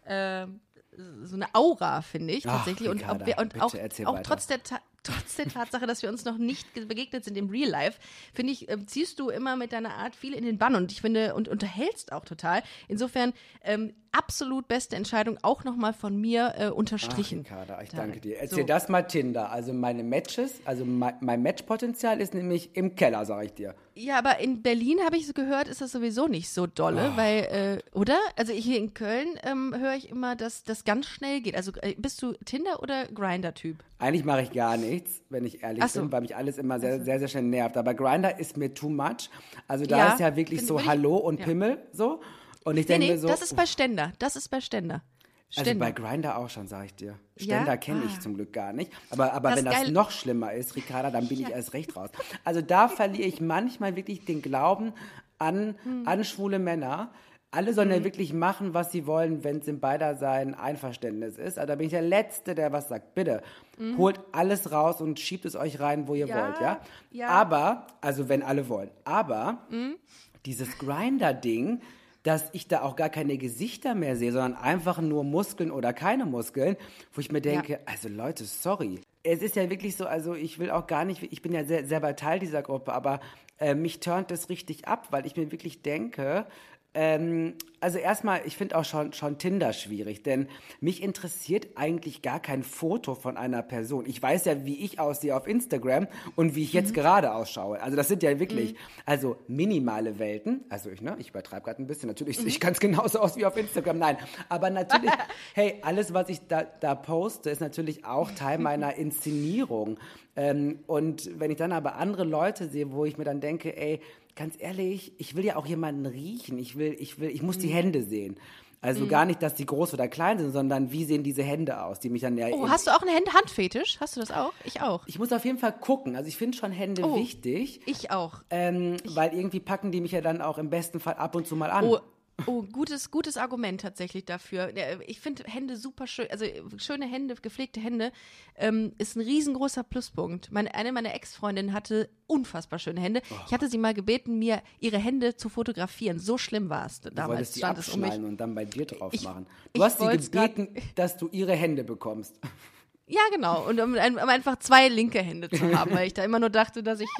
Aura, finde ich, tatsächlich. Ach, Ricarda, und auch trotz der Tatsache, dass wir uns noch nicht begegnet sind im Real Life, finde ich, ziehst du immer mit deiner Art viel in den Bann und ich finde, und unterhältst auch total. Insofern absolut beste Entscheidung, auch nochmal von mir unterstrichen. Ach, Ricarda, ich danke dir. Erzähl das mal Tinder. Also meine Matches, also mein Matchpotenzial ist nämlich im Keller, sage ich dir. Ja, aber in Berlin, habe ich so gehört, ist das sowieso nicht so dolle, weil, oder? Also hier in Köln höre ich immer, dass das ganz schnell geht. Also bist du Tinder- oder Grindr-Typ? Eigentlich mache ich gar nichts, wenn ich ehrlich bin, weil mich alles immer sehr, sehr, sehr schnell nervt. Aber Grindr ist mir too much. Also da ist ja wirklich so Hallo und Pimmel so. Und ich denke so, das ist bei Ständer. Das ist bei Ständer. Also bei Grindr auch schon, sage ich dir. Ständer kenne ich zum Glück gar nicht. Aber wenn das noch schlimmer ist, Ricarda, dann bin ich erst recht raus. Also da verliere ich manchmal wirklich den Glauben an schwule Männer. Alle sollen ja wirklich machen, was sie wollen, wenn es in beiderseits Einverständnis ist. Also da bin ich der Letzte, der was sagt. Bitte, holt alles raus und schiebt es euch rein, wo ihr wollt. Ja? Aber, also wenn alle wollen. Aber dieses Grindr-Ding, dass ich da auch gar keine Gesichter mehr sehe, sondern einfach nur Muskeln oder keine Muskeln, wo ich mir denke, also Leute, sorry. Es ist ja wirklich so, also ich will auch gar nicht, ich bin ja selber Teil dieser Gruppe, aber mich turnt das richtig ab, weil ich mir wirklich denke, also erstmal, ich finde auch schon Tinder schwierig, denn mich interessiert eigentlich gar kein Foto von einer Person. Ich weiß ja, wie ich aussehe auf Instagram und wie ich jetzt gerade ausschaue. Also das sind ja wirklich, also minimale Welten. Also ich übertreibe gerade ein bisschen. Natürlich sehe ich ganz genauso aus wie auf Instagram. Nein, aber natürlich, hey, alles, was ich da poste, ist natürlich auch Teil meiner Inszenierung. Und wenn ich dann aber andere Leute sehe, wo ich mir dann denke, ey, ganz ehrlich, ich will ja auch jemanden riechen. Ich muss die Hände sehen. Also gar nicht, dass die groß oder klein sind, sondern wie sehen diese Hände aus, die mich dann ja... Oh, hast du auch einen Handfetisch? Hast du das auch? Ich auch. Ich muss auf jeden Fall gucken. Also ich finde schon Hände wichtig. Ich auch. Weil irgendwie packen die mich ja dann auch im besten Fall ab und zu mal an. Oh, gutes Argument tatsächlich dafür. Ich finde Hände super schön, also schöne Hände, gepflegte Hände ist ein riesengroßer Pluspunkt. Eine meiner Ex-Freundinnen hatte unfassbar schöne Hände. Ich hatte sie mal gebeten, mir ihre Hände zu fotografieren. So schlimm war es damals. Du wolltest die abschneiden und dann bei dir drauf machen. Du hast sie gebeten, dass du ihre Hände bekommst. Ja, genau. Und um einfach 2 linke Hände zu haben, weil ich da immer nur dachte, dass ich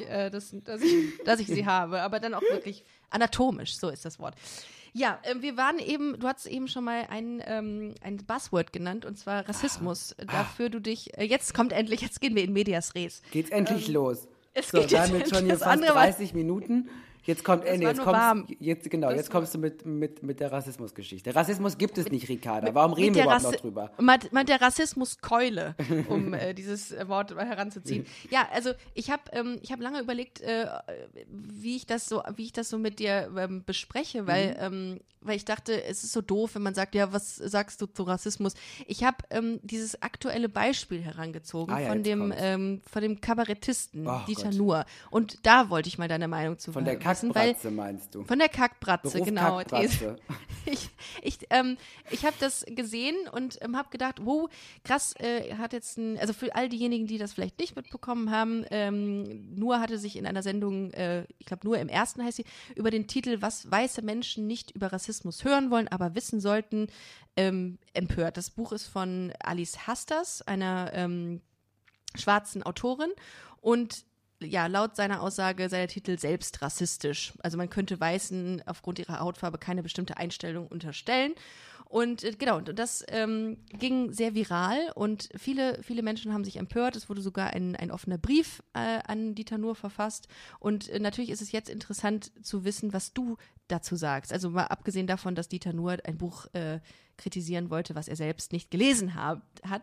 sie habe. Aber dann auch wirklich anatomisch, so ist das Wort. Ja, wir waren eben, du hast eben schon mal ein Buzzword genannt, und zwar Rassismus. Dafür du dich, jetzt gehen wir in medias res. Geht's endlich los. So, damit schon hier fast 30 Minuten. Jetzt kommst du mit der Rassismusgeschichte. Rassismus gibt es nicht, Ricarda. Warum reden wir überhaupt noch drüber? Mit der Rassismuskeule, um dieses Wort heranzuziehen. Ja, also ich habe lange überlegt, wie ich das so mit dir bespreche, weil ich dachte, es ist so doof, wenn man sagt, ja, was sagst du zu Rassismus? Ich habe dieses aktuelle Beispiel herangezogen von dem Kabarettisten Dieter Nuhr. Und da wollte ich mal deine Meinung zu Von der Kackbratze meinst du? Von der Kackbratze, Beruf genau. Kackbratze. Ich habe das gesehen und habe gedacht, wow, krass, hat jetzt also für all diejenigen, die das vielleicht nicht mitbekommen haben, Nuhr hatte sich in einer Sendung, ich glaube Nuhr im Ersten heißt sie, über den Titel "Was weiße Menschen nicht über Rassismus hören wollen, aber wissen sollten", empört. Das Buch ist von Alice Hasters, einer schwarzen Autorin, und ja, laut seiner Aussage sei der Titel selbst rassistisch. Also man könnte Weißen aufgrund ihrer Hautfarbe keine bestimmte Einstellung unterstellen. Und genau, das ging sehr viral und viele Menschen haben sich empört. Es wurde sogar ein offener Brief an Dieter Nuhr verfasst. Und natürlich ist es jetzt interessant zu wissen, was du dazu sagst. Also mal abgesehen davon, dass Dieter Nuhr ein Buch kritisieren wollte, was er selbst nicht gelesen hat.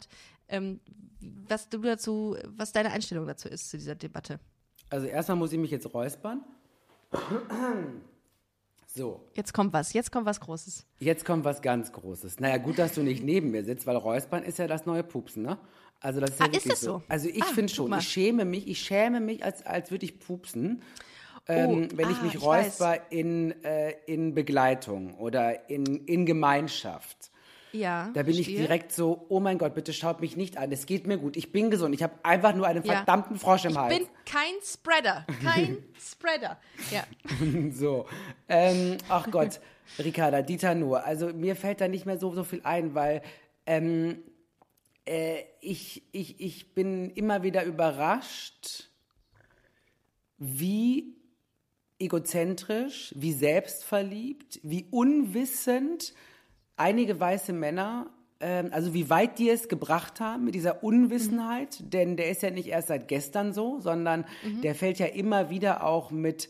Was deine Einstellung dazu ist, zu dieser Debatte. Also erstmal muss ich mich jetzt räuspern. So. Jetzt kommt was Großes. Jetzt kommt was ganz Großes. Naja, gut, dass du nicht neben mir sitzt, weil Räuspern ist ja das neue Pupsen, ne? Also das ist ja wirklich ist das so? Also ich finde schon, ich schäme mich, als würde ich pupsen. Wenn ich mich räusper in Begleitung oder in Gemeinschaft. Ja, da bin ich direkt so, oh mein Gott, bitte schaut mich nicht an, es geht mir gut, ich bin gesund, ich habe einfach nur einen verdammten Frosch im Hals. Ich bin kein Spreader, ja. So, ach Gott, Ricarda, Dieter Nuhr, also mir fällt da nicht mehr so viel ein, weil ich bin immer wieder überrascht, wie egozentrisch, wie selbstverliebt, wie unwissend einige weiße Männer, also wie weit die es gebracht haben mit dieser Unwissenheit, denn der ist ja nicht erst seit gestern so, sondern der fällt ja immer wieder auch mit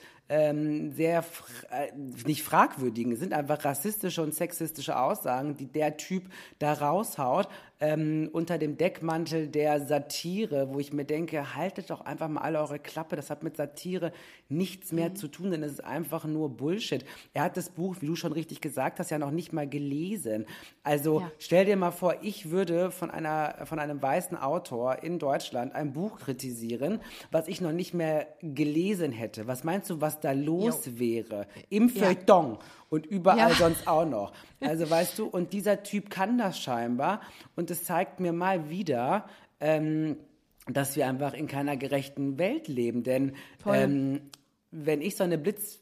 nicht fragwürdigen, es sind einfach rassistische und sexistische Aussagen, die der Typ da raushaut, unter dem Deckmantel der Satire, wo ich mir denke, haltet doch einfach mal alle eure Klappe, das hat mit Satire nichts mehr zu tun, denn es ist einfach nur Bullshit. Er hat das Buch, wie du schon richtig gesagt hast, ja noch nicht mal gelesen. Also stell dir mal vor, ich würde von einem weißen Autor in Deutschland ein Buch kritisieren, was ich noch nicht mehr gelesen hätte. Was meinst du, was da los wäre? Im Feuilleton und überall sonst auch noch. Also weißt du, und dieser Typ kann das scheinbar und es zeigt mir mal wieder, dass wir einfach in keiner gerechten Welt leben, denn wenn ich so eine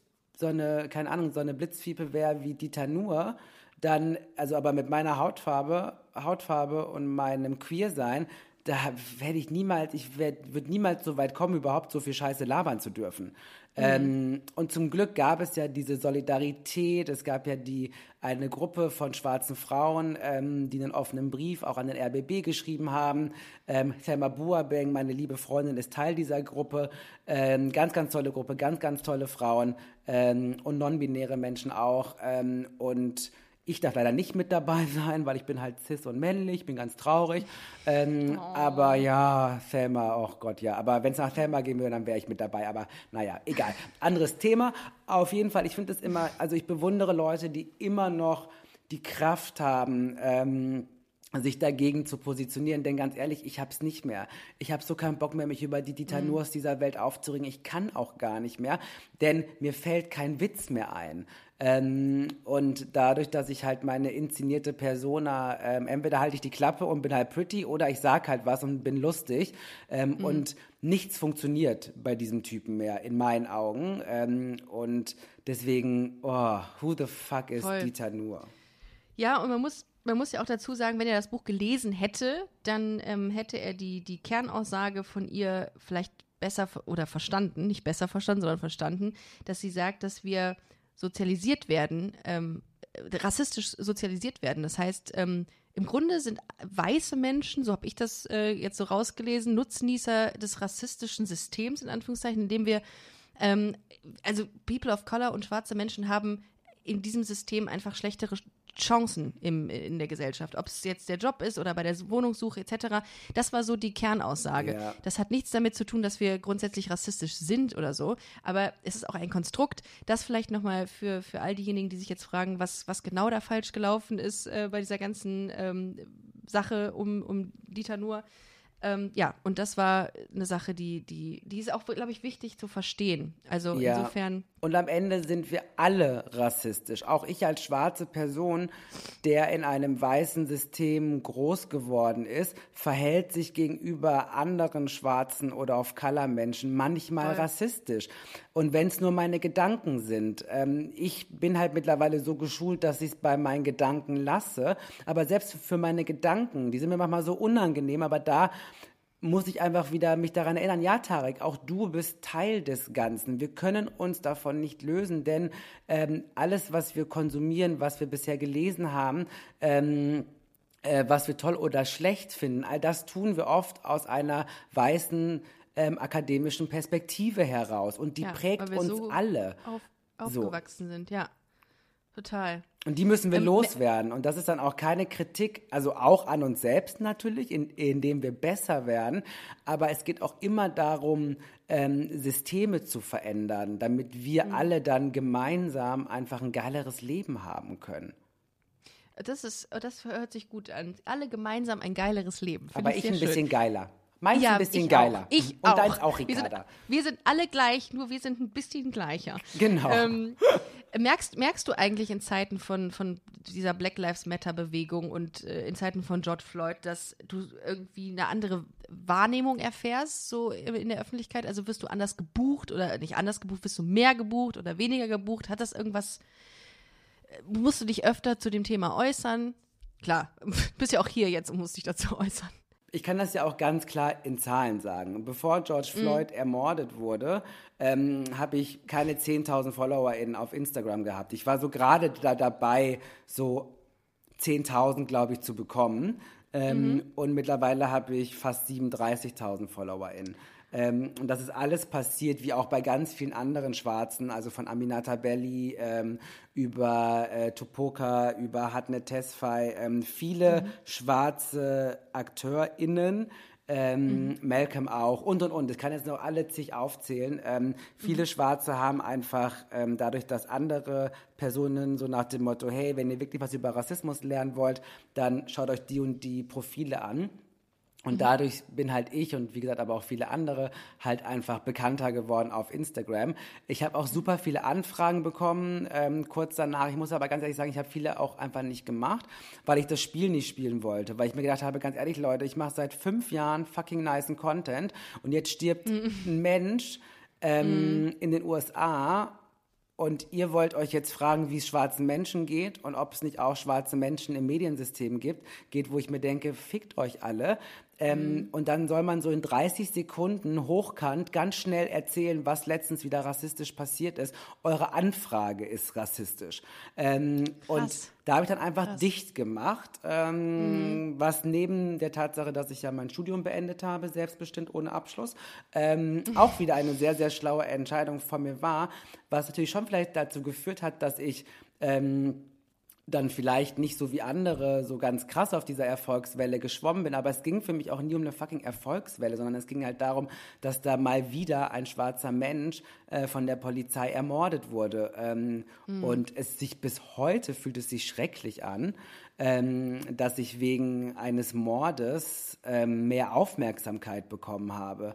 Blitzfiepe wäre wie Dieter Nuhr, dann, also aber mit meiner Hautfarbe und meinem Queersein, da würde niemals so weit kommen, überhaupt so viel Scheiße labern zu dürfen. Und zum Glück gab es ja diese Solidarität, es gab ja eine Gruppe von schwarzen Frauen, die einen offenen Brief auch an den RBB geschrieben haben. Thelma Boabeng, meine liebe Freundin, ist Teil dieser Gruppe. Ganz, ganz tolle Gruppe, ganz, ganz tolle Frauen und non-binäre Menschen auch. Und ich darf leider nicht mit dabei sein, weil ich bin halt cis und männlich, bin ganz traurig. Aber ja, Thelma, oh Gott, ja. Aber wenn es nach Thelma gehen würde, dann wäre ich mit dabei. Aber naja, egal. Anderes Thema. Auf jeden Fall, ich finde es immer, also ich bewundere Leute, die immer noch die Kraft haben, sich dagegen zu positionieren, denn ganz ehrlich, ich hab's nicht mehr. Ich habe so keinen Bock mehr, mich über die Dieter Nuhrs dieser Welt aufzuringen. Ich kann auch gar nicht mehr, denn mir fällt kein Witz mehr ein. Und dadurch, dass ich halt meine inszenierte Persona, entweder halte ich die Klappe und bin halt pretty oder ich sag halt was und bin lustig. Und nichts funktioniert bei diesem Typen mehr, in meinen Augen. Und deswegen, who the fuck is Dieter Nuhr? Ja, und man muss ja auch dazu sagen, wenn er das Buch gelesen hätte, dann hätte er die Kernaussage von ihr vielleicht besser oder verstanden, nicht besser verstanden, sondern verstanden, dass sie sagt, dass wir sozialisiert werden, rassistisch sozialisiert werden. Das heißt, im Grunde sind weiße Menschen, so habe ich das jetzt so rausgelesen, Nutznießer des rassistischen Systems, in Anführungszeichen, in dem wir Also People of Color und schwarze Menschen haben in diesem System einfach schlechtere Chancen in der Gesellschaft. Ob es jetzt der Job ist oder bei der Wohnungssuche etc. Das war so die Kernaussage. Ja. Das hat nichts damit zu tun, dass wir grundsätzlich rassistisch sind oder so, aber es ist auch ein Konstrukt. Das vielleicht nochmal für all diejenigen, die sich jetzt fragen, was genau da falsch gelaufen ist bei dieser ganzen Sache um Dieter Nuhr. Ja, und das war eine Sache, die ist auch, glaube ich, wichtig zu verstehen. Also insofern. Und am Ende sind wir alle rassistisch. Auch ich als schwarze Person, der in einem weißen System groß geworden ist, verhält sich gegenüber anderen schwarzen oder Off-Color-Menschen manchmal rassistisch. Und wenn es nur meine Gedanken sind. Ich bin halt mittlerweile so geschult, dass ich es bei meinen Gedanken lasse. Aber selbst für meine Gedanken, die sind mir manchmal so unangenehm, aber da muss ich einfach wieder mich daran erinnern, ja Tarek, auch du bist Teil des Ganzen. Wir können uns davon nicht lösen, denn alles, was wir konsumieren, was wir bisher gelesen haben, was wir toll oder schlecht finden, all das tun wir oft aus einer weißen akademischen Perspektive heraus. Und die prägt uns so alle. Aufgewachsen sind, ja. Total. Und die müssen wir loswerden. Und das ist dann auch keine Kritik, also auch an uns selbst natürlich, indem wir besser werden. Aber es geht auch immer darum, Systeme zu verändern, damit wir alle dann gemeinsam einfach ein geileres Leben haben können. Das hört sich gut an. Alle gemeinsam ein geileres Leben. Aber ich ein bisschen schön. Geiler. Meins ein bisschen ich geiler. Auch. Ich und auch. deins auch, Ricarda. Wir sind alle gleich, nur wir sind ein bisschen gleicher. Genau. Merkst du eigentlich in Zeiten von dieser Black Lives Matter Bewegung und in Zeiten von George Floyd, dass du irgendwie eine andere Wahrnehmung erfährst, so in der Öffentlichkeit? Also wirst du anders gebucht oder nicht anders gebucht, wirst du mehr gebucht oder weniger gebucht? Hat das irgendwas, musst du dich öfter zu dem Thema äußern? Klar, bist ja auch hier jetzt und musst dich dazu äußern. Ich kann das ja auch ganz klar in Zahlen sagen. Bevor George Floyd ermordet wurde, habe ich keine 10.000 FollowerInnen auf Instagram gehabt. Ich war so gerade dabei, so 10.000, glaube ich, zu bekommen. Und mittlerweile habe ich fast 37.000 FollowerInnen. Und das ist alles passiert, wie auch bei ganz vielen anderen Schwarzen, also von Aminata Belli über Tupoka, über Hatne Tesfaye, viele schwarze AkteurInnen, Malcolm auch und. Ich kann jetzt noch alle zig aufzählen. Viele Schwarze haben einfach dadurch, dass andere Personen so nach dem Motto, hey, wenn ihr wirklich was über Rassismus lernen wollt, dann schaut euch die und die Profile an. Und dadurch bin halt ich und wie gesagt aber auch viele andere halt einfach bekannter geworden auf Instagram. Ich habe auch super viele Anfragen bekommen kurz danach. Ich muss aber ganz ehrlich sagen, ich habe viele auch einfach nicht gemacht, weil ich das Spiel nicht spielen wollte. Weil ich mir gedacht habe, ganz ehrlich Leute, ich mache seit 5 Jahren fucking nicen Content und jetzt stirbt ein Mensch in den USA. Und ihr wollt euch jetzt fragen, wie es schwarzen Menschen geht und ob es nicht auch schwarze Menschen im Mediensystem geht, wo ich mir denke, fickt euch alle. Und dann soll man so in 30 Sekunden hochkant ganz schnell erzählen, was letztens wieder rassistisch passiert ist. Eure Anfrage ist rassistisch. Und da habe ich dann einfach dicht gemacht, was neben der Tatsache, dass ich ja mein Studium beendet habe, selbstbestimmt ohne Abschluss, auch wieder eine sehr, sehr schlaue Entscheidung von mir war, was natürlich schon vielleicht dazu geführt hat, dass ich dann vielleicht nicht so wie andere so ganz krass auf dieser Erfolgswelle geschwommen bin, aber es ging für mich auch nie um eine fucking Erfolgswelle, sondern es ging halt darum, dass da mal wieder ein schwarzer Mensch von der Polizei ermordet wurde. Und es sich bis heute fühlt es sich schrecklich an, dass ich wegen eines Mordes mehr Aufmerksamkeit bekommen habe.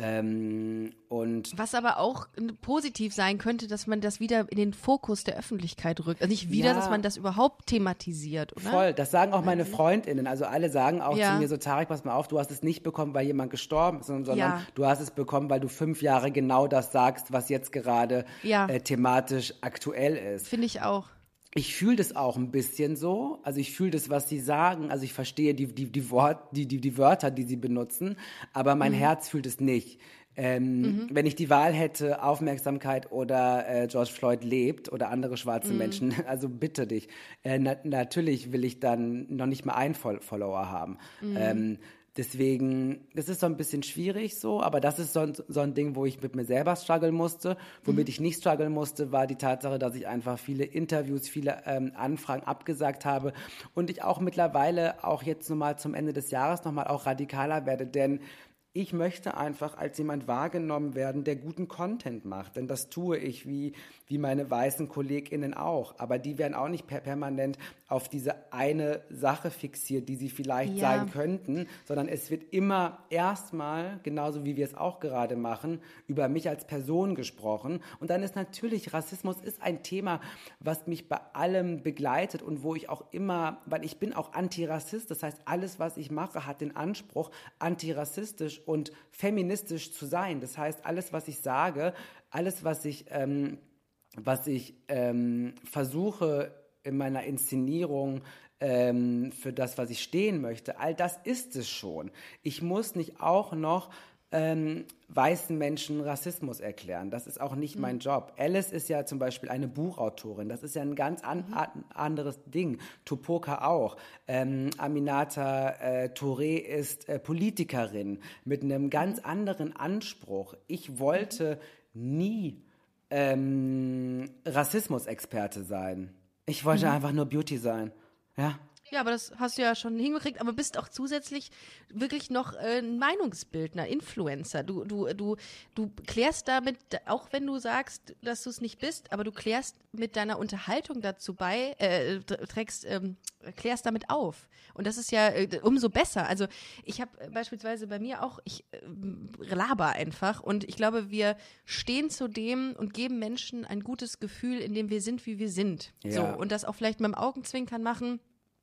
Und was aber auch positiv sein könnte, dass man das wieder in den Fokus der Öffentlichkeit rückt. Also nicht wieder, dass man das überhaupt thematisiert, oder? Voll, das sagen auch meine FreundInnen. Also alle sagen auch zu mir so, Tarek, pass mal auf, du hast es nicht bekommen, weil jemand gestorben ist, sondern du hast es bekommen, weil du 5 Jahre genau das sagst, was jetzt gerade thematisch aktuell ist. Finde ich auch. Ich fühle das auch ein bisschen so. Also ich fühle das, was sie sagen. Also ich verstehe die Wörter, die sie benutzen. Aber mein Herz fühlt es nicht. Wenn ich die Wahl hätte, Aufmerksamkeit oder George Floyd lebt oder andere schwarze Menschen, also bitte dich. Natürlich will ich dann noch nicht mal einen Follower haben. Deswegen, das ist so ein bisschen schwierig so, aber das ist so ein Ding, wo ich mit mir selber strugglen musste. Womit ich nicht strugglen musste, war die Tatsache, dass ich einfach viele Interviews, viele Anfragen abgesagt habe und ich auch mittlerweile, auch jetzt nochmal zum Ende des Jahres, nochmal auch radikaler werde, denn ich möchte einfach als jemand wahrgenommen werden, der guten Content macht. Denn das tue ich wie meine weißen KollegInnen auch. Aber die werden auch nicht permanent auf diese eine Sache fixiert, die sie vielleicht sein könnten, sondern es wird immer erstmal, genauso wie wir es auch gerade machen, über mich als Person gesprochen. Und dann ist natürlich, Rassismus ist ein Thema, was mich bei allem begleitet und wo ich auch immer, weil ich bin auch Antirassist, das heißt, alles, was ich mache, hat den Anspruch, antirassistisch und feministisch zu sein. Das heißt, alles, was ich sage, alles, was ich versuche in meiner Inszenierung für das, was ich stehen möchte, all das ist es schon. Ich muss nicht auch noch weißen Menschen Rassismus erklären. Das ist auch nicht mein Job. Alice ist ja zum Beispiel eine Buchautorin. Das ist ja ein ganz anderes Ding. Tupoka auch. Aminata Touré ist Politikerin mit einem ganz anderen Anspruch. Ich wollte nie Rassismusexperte sein. Ich wollte einfach nur Beauty sein. Ja. Ja, aber das hast du ja schon hingekriegt, aber bist auch zusätzlich wirklich noch ein Meinungsbildner, Influencer. Du klärst damit, auch wenn du sagst, dass du es nicht bist, aber du klärst mit deiner Unterhaltung dazu bei, klärst damit auf. Und das ist ja umso besser. Also ich habe beispielsweise bei mir auch, ich laber einfach und ich glaube, wir stehen zu dem und geben Menschen ein gutes Gefühl, in dem wir sind, wie wir sind. Ja. So, und das auch vielleicht mit dem Augenzwinkern machen.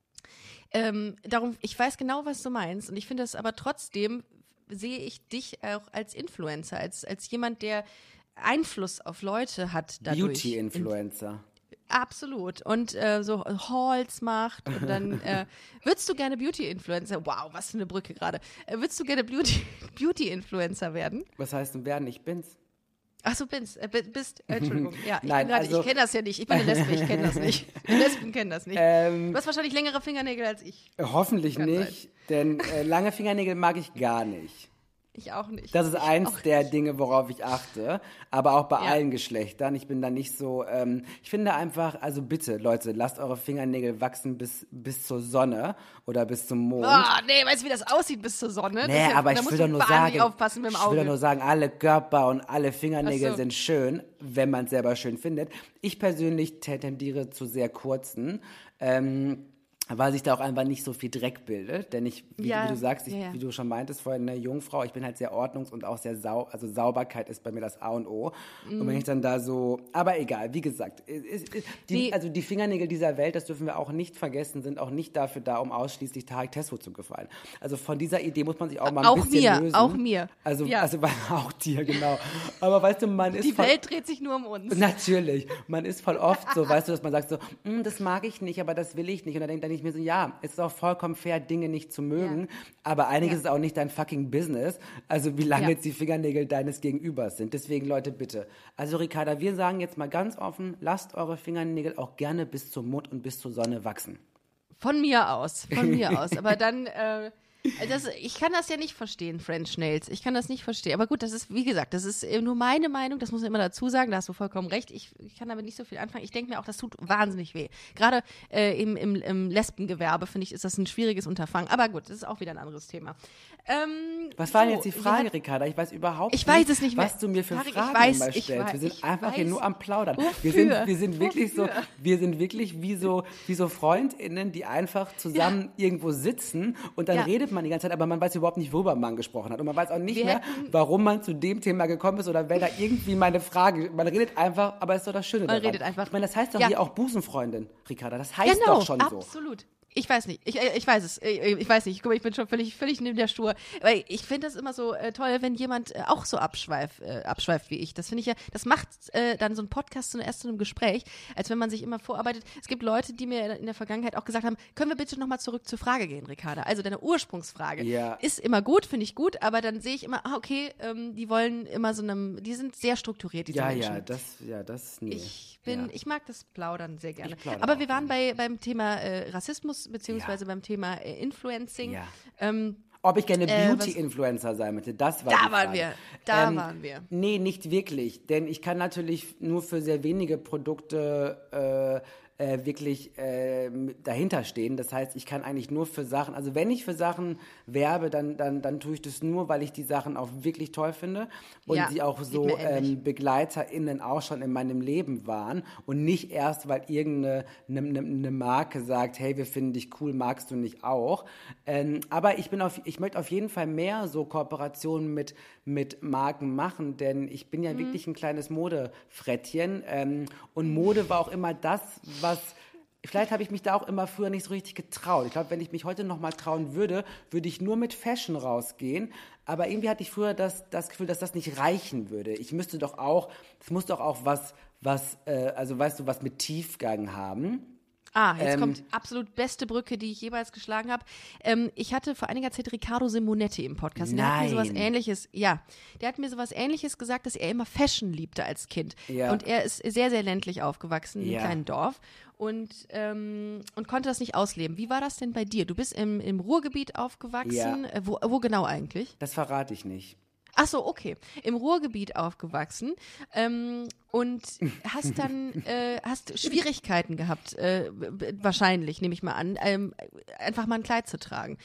Darum, ich weiß genau, was du meinst und ich finde das aber trotzdem, sehe ich dich auch als Influencer, als jemand, der Einfluss auf Leute hat dadurch. Beauty-Influencer. Absolut. Und so Hauls macht und dann würdest du gerne Beauty-Influencer, wow, was für eine Brücke gerade, würdest du gerne Beauty-Influencer werden? Was heißt denn werden? Ich bin's. Ach so, bist, Entschuldigung. Ja, Nein, ich kenne das ja nicht. Ich bin eine Lesbe, ich kenne das nicht. Lesben kennen das nicht. Du hast wahrscheinlich längere Fingernägel als ich. Hoffentlich nicht, denn lange Fingernägel mag ich gar nicht. Ich auch nicht. Das ist eins der Dinge, worauf ich achte, aber auch bei allen Geschlechtern. Ich bin da nicht so, ich finde einfach, also bitte, Leute, lasst eure Fingernägel wachsen bis zur Sonne oder bis zum Mond. Nee, weißt du, wie das aussieht bis zur Sonne? Nee, aber ich will doch nur sagen, aufpassen mit dem Auge. Ich will doch nur sagen, alle Körper und alle Fingernägel sind schön, wenn man es selber schön findet. Ich persönlich tendiere zu sehr kurzen, weil sich da auch einfach nicht so viel Dreck bildet, denn wie du sagst, wie du schon meintest, vorhin eine Jungfrau, ich bin halt sehr ordnungs- und auch sehr also Sauberkeit ist bei mir das A und O. Und wenn ich dann da so, aber egal, wie gesagt, also die Fingernägel dieser Welt, das dürfen wir auch nicht vergessen, sind auch nicht dafür da, um ausschließlich Tarek Tesfu zu gefallen. Also von dieser Idee muss man sich auch mal ein bisschen lösen. Auch mir. Also auch dir, genau. Aber weißt du, man ist die Welt dreht sich nur um uns. Natürlich. Man ist voll oft so, weißt du, dass man sagt so, das mag ich nicht, aber das will ich nicht. Und dann denke ich mir so, ja, es ist auch vollkommen fair, Dinge nicht zu mögen, aber einiges ist auch nicht dein fucking Business. Also wie lange jetzt die Fingernägel deines Gegenübers sind. Deswegen, Leute, bitte. Also Ricarda, wir sagen jetzt mal ganz offen, lasst eure Fingernägel auch gerne bis zum Mond und bis zur Sonne wachsen. Von mir aus. Aber dann, ich kann das ja nicht verstehen, French Nails. Ich kann das nicht verstehen. Aber gut, das ist, wie gesagt, das ist nur meine Meinung. Das muss man immer dazu sagen. Da hast du vollkommen recht. Ich kann damit nicht so viel anfangen. Ich denke mir auch, das tut wahnsinnig weh. Gerade im Lesbengewerbe, finde ich, ist das ein schwieriges Unterfangen. Aber gut, das ist auch wieder ein anderes Thema. Was war denn jetzt die Frage, Ricarda? Ich weiß überhaupt nicht, weiß es nicht mehr. Was du mir für Tarek, Fragen immer stellst. Wir sind einfach hier nur am Plaudern. Wir sind wirklich so, wie so FreundInnen, die einfach zusammen irgendwo sitzen und dann redet man die ganze Zeit, aber man weiß überhaupt nicht, worüber man gesprochen hat. Und man weiß auch nicht mehr, warum man zu dem Thema gekommen ist oder wer da irgendwie meine Frage, man redet einfach, aber es ist doch das Schöne daran. Man redet einfach. Ich meine, das heißt doch hier auch Busenfreundin, Ricarda. Das heißt doch schon so. Absolut. Ich weiß nicht. Ich weiß es. Ich weiß nicht. Guck mal, ich bin schon völlig neben der Spur. Weil ich finde das immer so toll, wenn jemand auch so abschweift wie ich. Das finde ich ja, das macht dann so ein Podcast erst zu einem Gespräch, als wenn man sich immer vorarbeitet. Es gibt Leute, die mir in der Vergangenheit auch gesagt haben, können wir bitte nochmal zurück zur Frage gehen, Ricarda? Also deine Ursprungsfrage ist immer gut, finde ich gut, aber dann sehe ich immer, okay, die wollen immer die sind sehr strukturiert, diese Menschen. Nee. Ich mag das Plaudern sehr gerne. Aber wir waren beim Thema Rassismus, beziehungsweise beim Thema Influencing. Ja. Ob ich gerne Beauty-Influencer sein möchte, das war die Frage. Da waren wir. Nee, nicht wirklich, denn ich kann natürlich nur für sehr wenige Produkte wirklich dahinter stehen. Das heißt, ich kann eigentlich nur für Sachen, also wenn ich für Sachen werbe, dann tue ich das nur, weil ich die Sachen auch wirklich toll finde und die auch so BegleiterInnen auch schon in meinem Leben waren und nicht erst, weil irgendeine eine Marke sagt, hey, wir finden dich cool, magst du nicht auch? Aber ich möchte auf jeden Fall mehr so Kooperationen mit Marken machen, denn ich bin ja wirklich ein kleines Modefrettchen und Mode war auch immer das, was, vielleicht habe ich mich da auch immer früher nicht so richtig getraut. Ich glaube, wenn ich mich heute noch mal trauen würde, würde ich nur mit Fashion rausgehen. Aber irgendwie hatte ich früher das Gefühl, dass das nicht reichen würde. Es muss doch auch was mit Tiefgang haben. Jetzt kommt absolut beste Brücke, die ich jemals geschlagen habe. Ich hatte vor einiger Zeit Riccardo Simonetti im Podcast. Und der hat mir sowas Ähnliches gesagt, dass er immer Fashion liebte als Kind. Ja. Und er ist sehr, sehr ländlich aufgewachsen, in einem kleinen Dorf. Und konnte das nicht ausleben. Wie war das denn bei dir? Du bist im Ruhrgebiet aufgewachsen. Ja. Wo genau eigentlich? Das verrate ich nicht. Ach so, okay. Im Ruhrgebiet aufgewachsen und hast dann hast Schwierigkeiten gehabt, wahrscheinlich, nehme ich mal an, einfach mal ein Kleid zu tragen.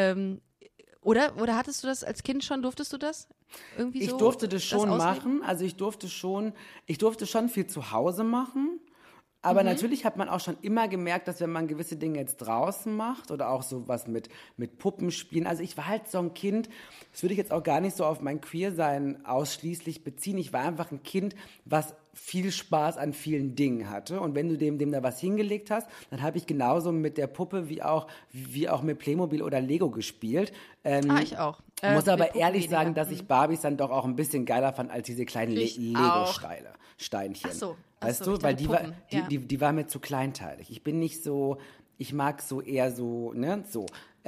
Oder hattest du das als Kind schon, durftest du das? Irgendwie so? Ich durfte das schon machen, also ich durfte schon viel zu Hause machen. Aber natürlich hat man auch schon immer gemerkt, dass wenn man gewisse Dinge jetzt draußen macht oder auch sowas mit Puppenspielen, also ich war halt so ein Kind, das würde ich jetzt auch gar nicht so auf mein Queersein ausschließlich beziehen, ich war einfach ein Kind, was viel Spaß an vielen Dingen hatte und wenn du dem da was hingelegt hast, dann habe ich genauso mit der Puppe wie auch mit Playmobil oder Lego gespielt. Ich auch. Muss aber ehrlich sagen, dass ich Barbies dann doch auch ein bisschen geiler fand als diese kleinen Lego-Steinchen. Weißt du, weil die war mir zu kleinteilig. Ich bin nicht so, ich mag so eher so, ne, so.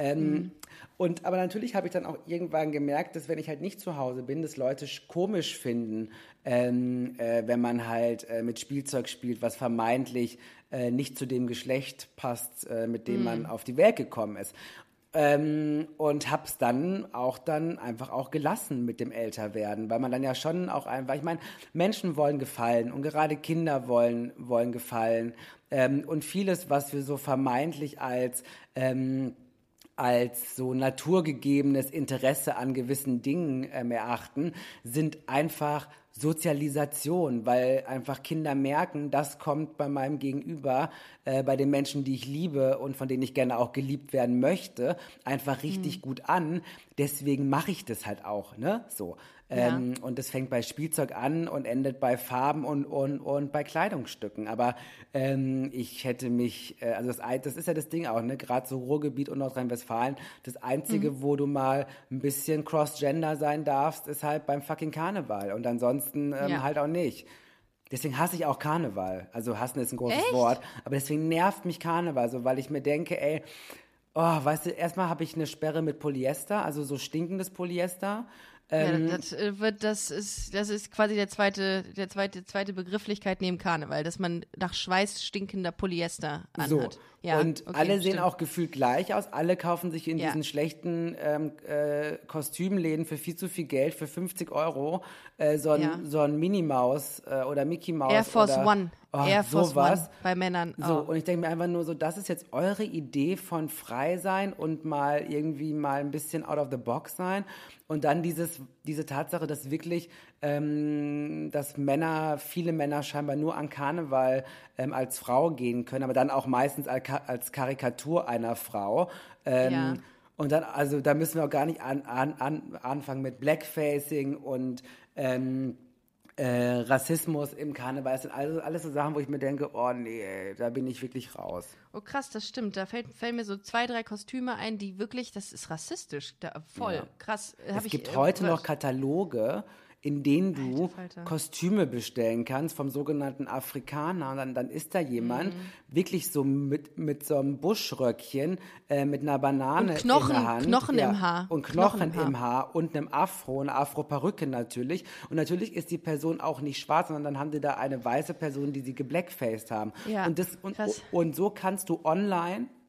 Aber natürlich habe ich dann auch irgendwann gemerkt, dass wenn ich halt nicht zu Hause bin, dass Leute komisch finden, wenn man halt mit Spielzeug spielt, was vermeintlich nicht zu dem Geschlecht passt, mit dem man auf die Welt gekommen ist. Und hab's dann einfach auch gelassen mit dem Älterwerden, weil man dann ja schon auch einfach, ich meine, Menschen wollen gefallen und gerade Kinder wollen gefallen und vieles, was wir so vermeintlich als so naturgegebenes Interesse an gewissen Dingen erachten, sind einfach Sozialisation, weil einfach Kinder merken, das kommt bei meinem Gegenüber, bei den Menschen, die ich liebe und von denen ich gerne auch geliebt werden möchte, einfach richtig gut an. Deswegen mache ich das halt auch, ne? So. Und das fängt bei Spielzeug an und endet bei Farben und bei Kleidungsstücken. Aber ich hätte mich, also das ist ja das Ding auch, ne? Gerade so Ruhrgebiet und Nordrhein-Westfalen, das Einzige, wo du mal ein bisschen Cross-Gender sein darfst, ist halt beim fucking Karneval. Und ansonsten halt auch nicht. Deswegen hasse ich auch Karneval. Also hassen ist ein großes Wort. Aber deswegen nervt mich Karneval so, weil ich mir denke, ey, weißt du, erstmal habe ich eine Sperre mit Polyester, also so stinkendes Polyester. Das ist quasi der zweite Begrifflichkeit neben Karneval, dass man nach Schweiß stinkender Polyester anhat. So. Ja, und okay, alle sehen auch gefühlt gleich aus. Alle kaufen sich in diesen schlechten Kostümläden für viel zu viel Geld, für 50 €, so ein Minnie-Maus oder Mickey-Maus. Air Force One. Air Force One bei Männern. So, und ich denke mir einfach nur so, das ist jetzt eure Idee von frei sein und mal ein bisschen out of the box sein. Und dann diese Tatsache, dass wirklich, dass viele Männer scheinbar nur an Karneval als Frau gehen können, aber dann auch meistens als Karikatur einer Frau. Und dann, also da müssen wir auch gar nicht anfangen mit Blackfacing und Rassismus im Karneval. Das sind alles so Sachen, wo ich mir denke, oh nee, ey, da bin ich wirklich raus. Oh krass, das stimmt. Da fallen mir so 2, 3 Kostüme ein, die wirklich, das ist rassistisch. Voll, krass. Es gibt heute noch Kataloge, in denen du Kostüme bestellen kannst vom sogenannten Afrikaner. Und dann ist da jemand wirklich so mit so einem Buschröckchen, mit einer Banane in der Hand. Knochen im Haar. Und Knochen im Haar und einem Afro, eine Afro-Perücke natürlich. Und natürlich ist die Person auch nicht schwarz, sondern dann haben die da eine weiße Person, die sie geblackfaced haben. Ja, und so kannst du online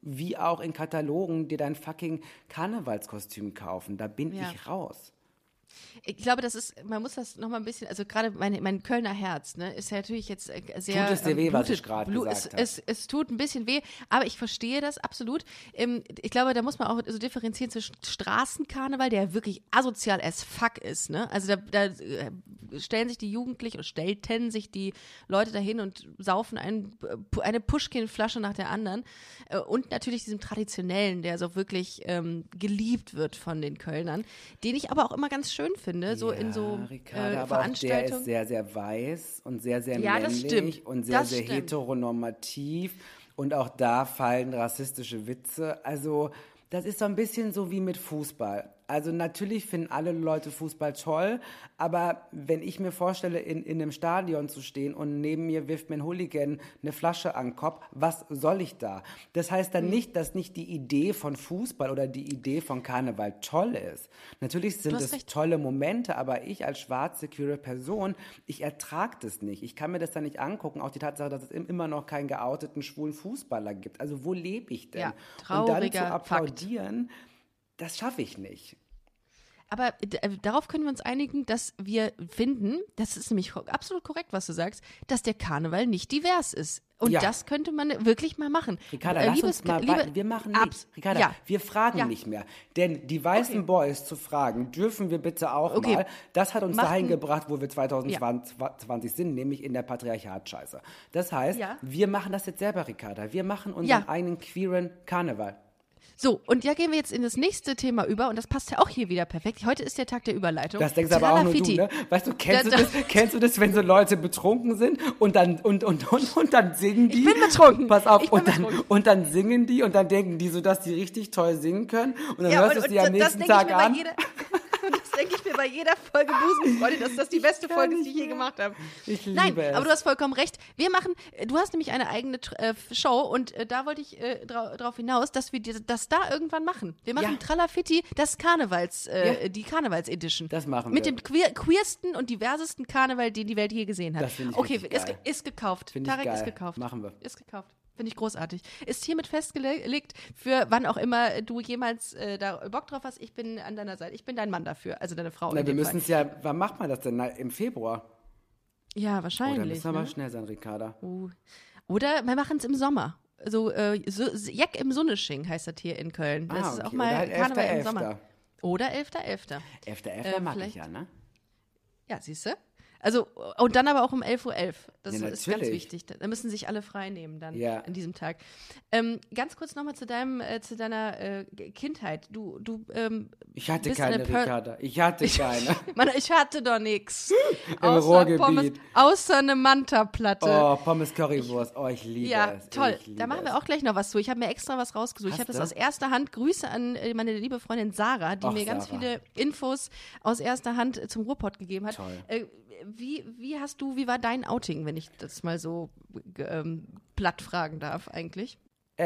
wie auch in Katalogen dir dein fucking Karnevalskostüm kaufen. Da bin ich raus. Ich glaube, man muss das nochmal ein bisschen, also gerade mein Kölner Herz, ne, ist ja natürlich jetzt sehr. Tut es dir weh, was ich gerade gesagt habe? Es tut ein bisschen weh, aber ich verstehe das absolut. Ich glaube, da muss man auch so differenzieren zwischen Straßenkarneval, der wirklich asozial as fuck ist, ne? Also da stellen sich die Jugendlichen oder stellten sich die Leute dahin und saufen eine Pushkin-Flasche nach der anderen. Und natürlich diesem traditionellen, der so wirklich geliebt wird von den Kölnern, den ich aber auch immer ganz schön finde, so in so Ricarda, aber Veranstaltungen. Auch der ist sehr, sehr weiß und sehr, sehr das männlich stimmt. und sehr, Das sehr stimmt. heteronormativ. Und auch da fallen rassistische Witze. Also das ist so ein bisschen so wie mit Fußball. Also natürlich finden alle Leute Fußball toll, aber wenn ich mir vorstelle, in einem Stadion zu stehen und neben mir wirft mir ein Hooligan eine Flasche an den Kopf, was soll ich da? Das heißt dann nicht, dass nicht die Idee von Fußball oder die Idee von Karneval toll ist. Natürlich sind es tolle Momente, aber ich als schwarze, queere Person, ich ertrage das nicht. Ich kann mir das dann nicht angucken, auch die Tatsache, dass es immer noch keinen geouteten schwulen Fußballer gibt. Also wo lebe ich denn? Ja, und dann zu trauriger applaudieren, das schaffe ich nicht. Aber darauf können wir uns einigen, dass wir finden, das ist nämlich absolut korrekt, was du sagst, dass der Karneval nicht divers ist. Und das könnte man wirklich mal machen. Ricarda, lass uns mal wir machen nicht. Ricarda, wir fragen nicht mehr. Denn die weißen Boys zu fragen, dürfen wir bitte auch mal. Das hat uns dahin gebracht, wo wir 2020 sind, nämlich in der Patriarchat-Scheiße. Das heißt, wir machen das jetzt selber, Ricarda. Wir machen unseren eigenen queeren Karneval. So, und gehen wir jetzt in das nächste Thema über und das passt ja auch hier wieder perfekt. Heute ist der Tag der Überleitung. Das denkst aber auch nur du, ne? Weißt du, kennst du das, wenn so Leute betrunken sind und dann singen die? Ich bin betrunken. Pass auf, und dann singen die und dann denken die so, dass die richtig toll singen können und dann hörst du sie am nächsten Tag an. Und das denke ich mir bei jeder Folge Busenfreunde, dass das die beste Folge ist, die ich je gemacht habe. Ich liebe es. Aber du hast vollkommen recht. Du hast nämlich eine eigene Show und da wollte ich drauf hinaus, dass wir das da irgendwann machen. Wir machen Tralafitti, das die Karnevals-Edition. Das machen wir. Mit dem queersten und diversesten Karneval, den die Welt je gesehen hat. Das finde ich okay, geil. Ist gekauft. Tarek ist gekauft. Machen wir. Ist gekauft. Finde ich großartig. Ist hiermit festgelegt, für wann auch immer du jemals da Bock drauf hast. Ich bin an deiner Seite. Ich bin dein Mann dafür, also deine Frau. Na, wir müssen es ja, wann macht man das denn? Im Februar? Ja, wahrscheinlich. Oder müssen wir mal schnell sein, Ricarda. Oder wir machen es im Sommer. So, Jack im Sonnesching heißt das hier in Köln. Das ist auch mal halt Karneval im Sommer. Oder 11.11. 11.11. mag ich ja, ne? Ja, siehst du? Also, und dann aber auch um 11.11 Uhr. Das ist ganz wichtig. Da müssen sich alle frei nehmen dann an diesem Tag. Ganz kurz nochmal zu deiner Kindheit. Ich hatte keine, Ricarda. Ich hatte keine. Ich hatte doch nichts. Im Ruhrgebiet. Außer eine Manta-Platte. Oh, Pommes Currywurst. Oh, ich liebe es. Ja, toll. Da machen wir auch gleich noch was zu. Ich habe mir extra was rausgesucht. Ich habe das aus erster Hand. Grüße an meine liebe Freundin Sarah, die mir ganz viele Infos aus erster Hand zum Ruhrpott gegeben hat. Toll. Wie war dein Outing, wenn ich das mal so platt fragen darf eigentlich?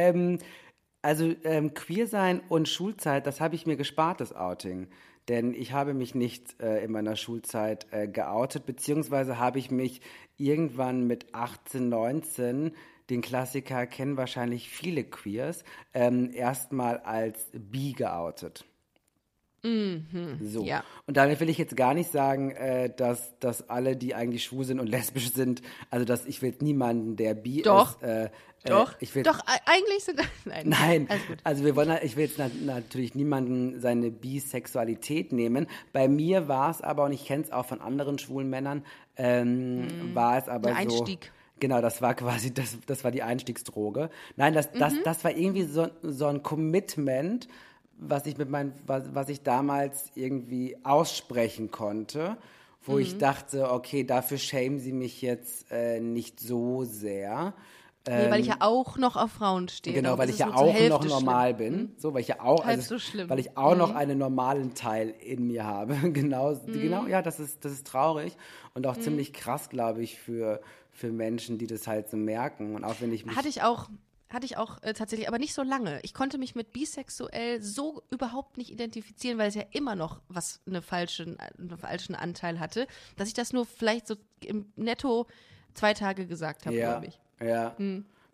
Queer sein und Schulzeit, das habe ich mir gespart, das Outing. Denn ich habe mich nicht in meiner Schulzeit geoutet, beziehungsweise habe ich mich irgendwann mit 18, 19, den Klassiker kennen wahrscheinlich viele Queers, erstmal als bi geoutet. So. Ja. Und damit will ich jetzt gar nicht sagen, dass alle, die eigentlich schwul sind und lesbisch sind, also dass ich will jetzt niemanden, der bi ist. Doch, eigentlich sind Nein, also ich will jetzt natürlich niemanden seine Bisexualität nehmen. Bei mir war es aber, und ich kenne es auch von anderen schwulen Männern, war es aber der Einstieg. Genau, das war quasi, das war die Einstiegsdroge. Nein, das war irgendwie so ein Commitment, was ich damals irgendwie aussprechen konnte, wo ich dachte, okay, dafür schämen sie mich jetzt nicht so sehr. Nee, weil ich ja auch noch auf Frauen stehe. Genau, weil ich ja auch noch normal bin. So, weil ich ja auch, weil ich auch noch einen normalen Teil in mir habe. Genau, ja, das ist traurig und auch ziemlich krass, glaube ich, für Menschen, die das halt so merken. Und auch wenn ich mich Hatte ich auch tatsächlich, aber nicht so lange. Ich konnte mich mit bisexuell so überhaupt nicht identifizieren, weil es ja immer noch einen falschen Anteil hatte, dass ich das nur vielleicht so im Netto 2 Tage gesagt habe, glaube ich. Ja.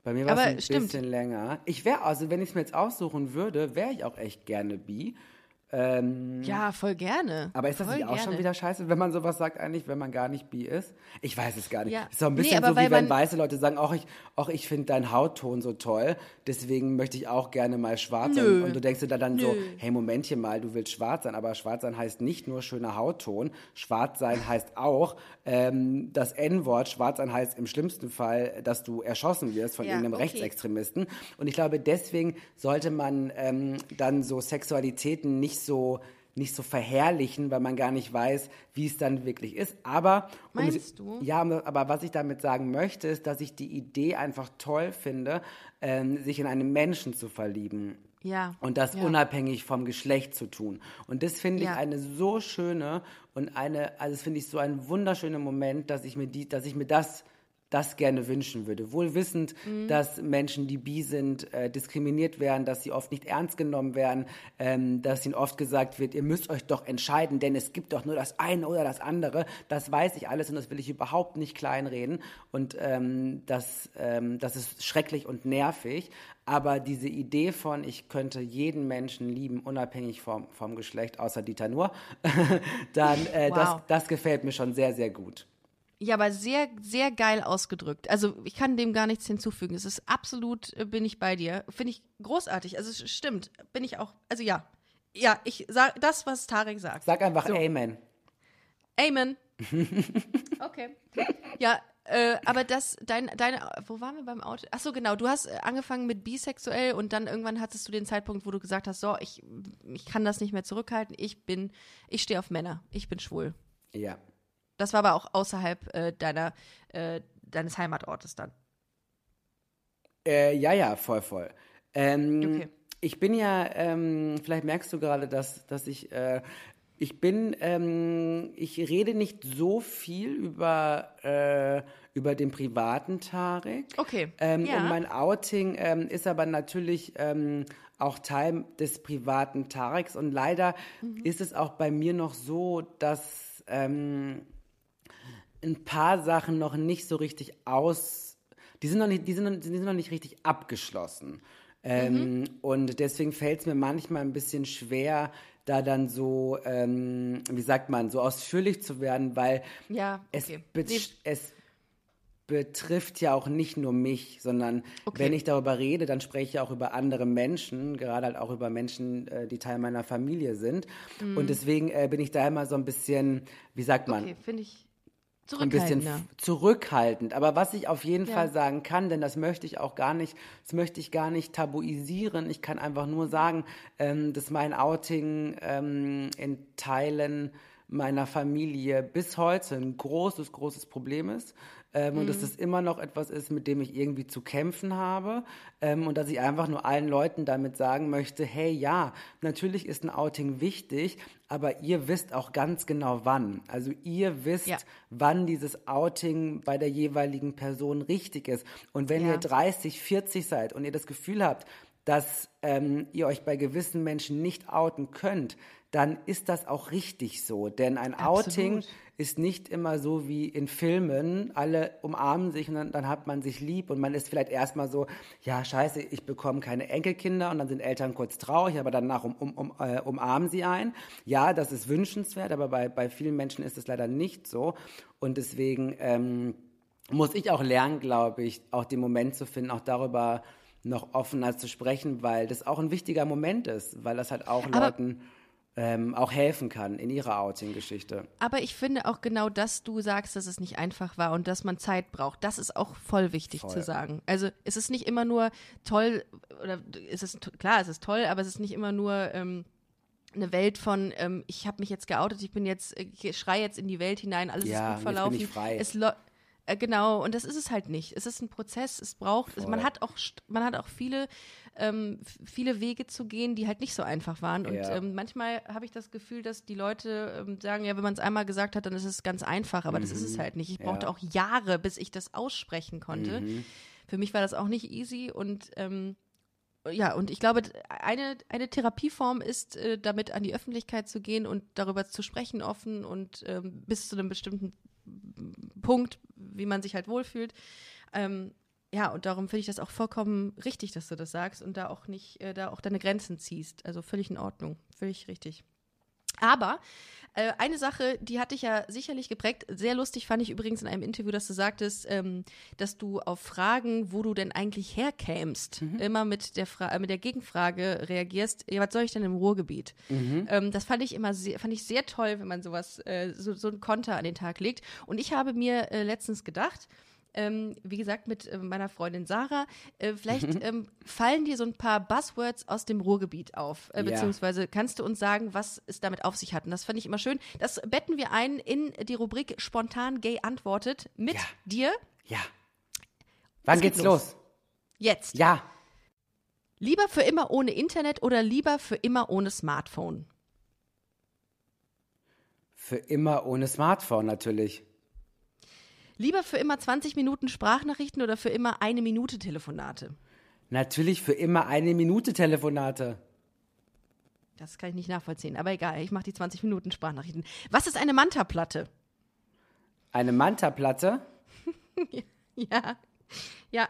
Bei mir war es Aber ein bisschen länger. Ich wäre, also wenn ich es mir jetzt aussuchen würde, wäre ich auch echt gerne bi. Ja, voll gerne. Aber ist das voll nicht auch schon gerne. wieder scheiße, wenn man sowas sagt eigentlich, wenn man gar nicht bi ist? Ich weiß es gar nicht. Ja. Ist doch ein Nee, bisschen aber so, wie weil wenn man- weiße Leute sagen, ich finde deinen Hautton so toll, deswegen möchte ich auch gerne mal schwarz sein. Nö. Und du denkst dir dann so, Nö. hey, Momentchen mal, du willst schwarz sein, aber schwarz sein heißt nicht nur schöner Hautton. Schwarz sein heißt auch das N-Wort. Schwarz sein heißt im schlimmsten Fall, dass du erschossen wirst von Ja, irgendeinem okay. Rechtsextremisten. Und ich glaube, deswegen sollte man dann so Sexualitäten nicht so verherrlichen, weil man gar nicht weiß, wie es dann wirklich ist. Aber Meinst du? Ja, aber was ich damit sagen möchte, ist, dass ich die Idee einfach toll finde, sich in einen Menschen zu verlieben. Ja. Und das ja. unabhängig vom Geschlecht zu tun. Und das finde ich Ja. eine so schöne und also das finde ich so ein wunderschöner Moment, dass ich mir das gerne wünschen würde. Wohl wissend, dass Menschen, die bi sind, diskriminiert werden, dass sie oft nicht ernst genommen werden, dass ihnen oft gesagt wird, ihr müsst euch doch entscheiden, denn es gibt doch nur das eine oder das andere. Das weiß ich alles und das will ich überhaupt nicht kleinreden. Und das ist schrecklich und nervig. Aber diese Idee von, ich könnte jeden Menschen lieben, unabhängig vom Geschlecht, außer Dieter Nuhr, dann Wow. das gefällt mir schon sehr, sehr gut. Ja, aber sehr, sehr geil ausgedrückt. Also ich kann dem gar nichts hinzufügen. Es ist absolut, bin ich bei dir. Finde ich großartig. Also es stimmt, bin ich auch, also ja. Ja, ich sage das, was Tarek sagt. Sag einfach So. Amen. Amen. Okay. Ja, aber wo waren wir beim Auto? Ach so, genau, du hast angefangen mit bisexuell und dann irgendwann hattest du den Zeitpunkt, wo du gesagt hast, so, ich kann das nicht mehr zurückhalten, ich stehe auf Männer, ich bin schwul. Ja. Das war aber auch außerhalb deines Heimatortes dann. Ja, voll. Okay. Ich bin ja, vielleicht merkst du gerade, dass ich rede nicht so viel über den privaten Tarek. Okay, Ja. ja. Und mein Outing ist aber natürlich auch Teil des privaten Tareks. Und leider ist es auch bei mir noch so, dass ein paar Sachen noch nicht so richtig die sind noch nicht richtig abgeschlossen. Und deswegen fällt es mir manchmal ein bisschen schwer, da dann so, wie sagt man, so ausführlich zu werden, weil Ja, okay. es betrifft ja auch nicht nur mich, sondern Okay. wenn ich darüber rede, dann spreche ich auch über andere Menschen, gerade halt auch über Menschen, die Teil meiner Familie sind. Und deswegen bin ich da immer so ein bisschen, wie sagt man, Okay, finde ich ein bisschen zurückhaltender. zurückhaltend. Aber was ich auf jeden Ja. Fall sagen kann, denn das möchte ich gar nicht tabuisieren. Ich kann einfach nur sagen, dass mein Outing in Teilen meiner Familie bis heute ein großes Problem ist. Und dass das immer noch etwas ist, mit dem ich irgendwie zu kämpfen habe. Und dass ich einfach nur allen Leuten damit sagen möchte, hey, ja, natürlich ist ein Outing wichtig, aber ihr wisst auch ganz genau wann. Also ihr wisst, Ja. wann dieses Outing bei der jeweiligen Person richtig ist. Und wenn Ja. ihr 30, 40 seid und ihr das Gefühl habt, dass ihr euch bei gewissen Menschen nicht outen könnt, dann ist das auch richtig so. Denn ein Absolut. Outing ist nicht immer so wie in Filmen, alle umarmen sich und dann hat man sich lieb und man ist vielleicht erstmal so, ja scheiße, ich bekomme keine Enkelkinder und dann sind Eltern kurz traurig, aber danach umarmen sie ein. Ja, das ist wünschenswert, aber bei vielen Menschen ist es leider nicht so und deswegen muss ich auch lernen, glaube ich, auch den Moment zu finden, auch darüber noch offener zu sprechen, weil das auch ein wichtiger Moment ist, weil das halt auch Leuten auch helfen kann in ihrer Outing-Geschichte. Aber ich finde auch genau, dass du sagst, dass es nicht einfach war und dass man Zeit braucht. Das ist auch voll wichtig Voll. zu sagen. Also es ist nicht immer nur toll, oder klar, es ist toll, aber es ist nicht immer nur eine Welt von, ich habe mich jetzt geoutet, ich schreie jetzt in die Welt hinein, alles Ja, ist gut verlaufen. jetzt bin ich frei. Genau, und das ist es halt nicht. Es ist ein Prozess, man hat auch viele Wege zu gehen, die halt nicht so einfach waren. Und Ja. manchmal habe ich das Gefühl, dass die Leute sagen, ja, wenn man es einmal gesagt hat, dann ist es ganz einfach, aber das ist es halt nicht. Ich brauchte auch Jahre, bis ich das aussprechen konnte. Für mich war das auch nicht easy und ja, und ich glaube, eine Therapieform ist, damit an die Öffentlichkeit zu gehen und darüber zu sprechen offen und bis zu einem bestimmten Punkt, wie man sich halt wohlfühlt. Ja, und darum finde ich das auch vollkommen richtig, dass du das sagst und da auch nicht, da auch deine Grenzen ziehst. Also völlig in Ordnung, völlig richtig. Aber eine Sache, die hat dich ja sicherlich geprägt. Sehr lustig fand ich übrigens in einem Interview, dass du sagtest, dass du auf Fragen, wo du denn eigentlich herkämst, immer mit der Gegenfrage reagierst, ja, was soll ich denn im Ruhrgebiet? Das fand ich immer sehr toll, wenn man sowas, so einen Konter an den Tag legt. Und ich habe mir letztens gedacht, wie gesagt, mit meiner Freundin Sarah, vielleicht fallen dir so ein paar Buzzwords aus dem Ruhrgebiet auf, beziehungsweise kannst du uns sagen, was es damit auf sich hat. Und das fand ich immer schön. Das betten wir ein in die Rubrik Spontan Gay antwortet mit dir. Ja. Wann geht's los? Jetzt. Ja. Lieber für immer ohne Internet oder lieber für immer ohne Smartphone? Für immer ohne Smartphone natürlich. Lieber für immer 20 Minuten Sprachnachrichten oder für immer 1 Minute Telefonate? Natürlich für immer 1 Minute Telefonate. Das kann ich nicht nachvollziehen, aber egal, ich mache die 20 Minuten Sprachnachrichten. Was ist eine Mantaplatte? Eine Mantaplatte? Ja.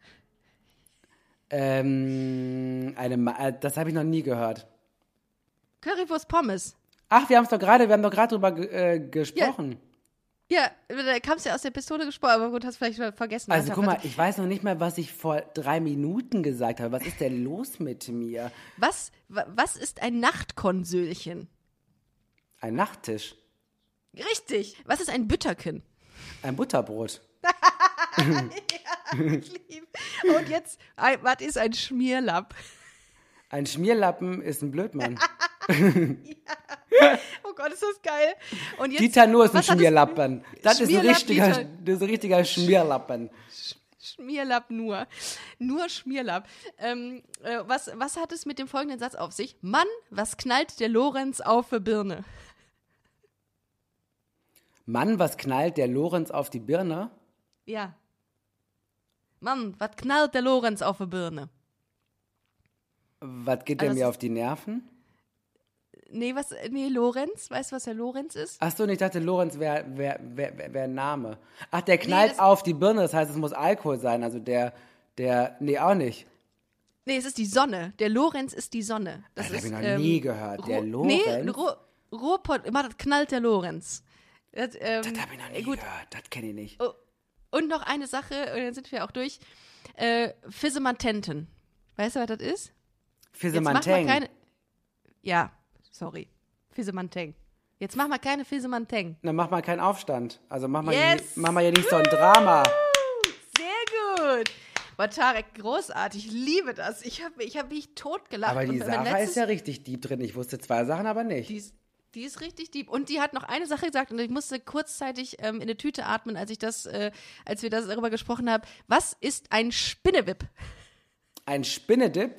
Das habe ich noch nie gehört. Currywurst Pommes. Ach, wir haben doch gerade drüber gesprochen. Ja, da kam es ja aus der Pistole gesprochen, aber gut, hast vielleicht vergessen. Also guck mal, ich weiß noch nicht mal, was ich vor 3 Minuten gesagt habe. Was ist denn los mit mir? Was ist ein Nachtkonsöhlchen? Ein Nachttisch. Richtig. Was ist ein Bütterken? Ein Butterbrot. Ja, ich lieb. Und jetzt, was ist ein Schmierlapp? Ein Schmierlappen ist ein Blödmann. Oh Gott, ist das geil. Und jetzt, Dieter Nuhr ist ein Schmierlappen. Das ist ein richtiger Schmierlappen. Schmierlapp nur. Nur Schmierlapp. Was hat es mit dem folgenden Satz auf sich? Mann, was knallt der Lorenz auf die Birne? Mann, was knallt der Lorenz auf die Birne? Ja. Mann, was knallt der Lorenz auf die Birne? Was geht der mir auf die Nerven? Nee, Lorenz? Weißt du, was der Lorenz ist? Ach so, ich dachte, Lorenz wäre ein Name. Ach, der knallt auf die Birne, das heißt, es muss Alkohol sein. Also nee, auch nicht. Nee, es ist die Sonne. Der Lorenz ist die Sonne. Das habe ich noch nie gehört. Der Lorenz? Nee, das knallt der Lorenz. Das habe ich noch nie gehört, das kenne ich nicht. Oh, und noch eine Sache, und dann sind wir auch durch. Fisemantenten. Weißt du, was das ist? Fisemanteng. Ja, sorry. Fisemanteng. Jetzt mach mal keine Fisemanteng. Dann mach mal keinen Aufstand. Also mach mal hier nicht so ein Drama. Sehr gut. Boah, Tarek, großartig. Ich liebe das. Ich hab mich totgelacht. Aber die Sarah ist ja richtig deep drin. Ich wusste 2 Sachen, aber nicht. Die ist richtig deep. Und die hat noch eine Sache gesagt und ich musste kurzzeitig in eine Tüte atmen, als wir darüber gesprochen haben. Was ist ein Spinnewip? Ein Spinnedip?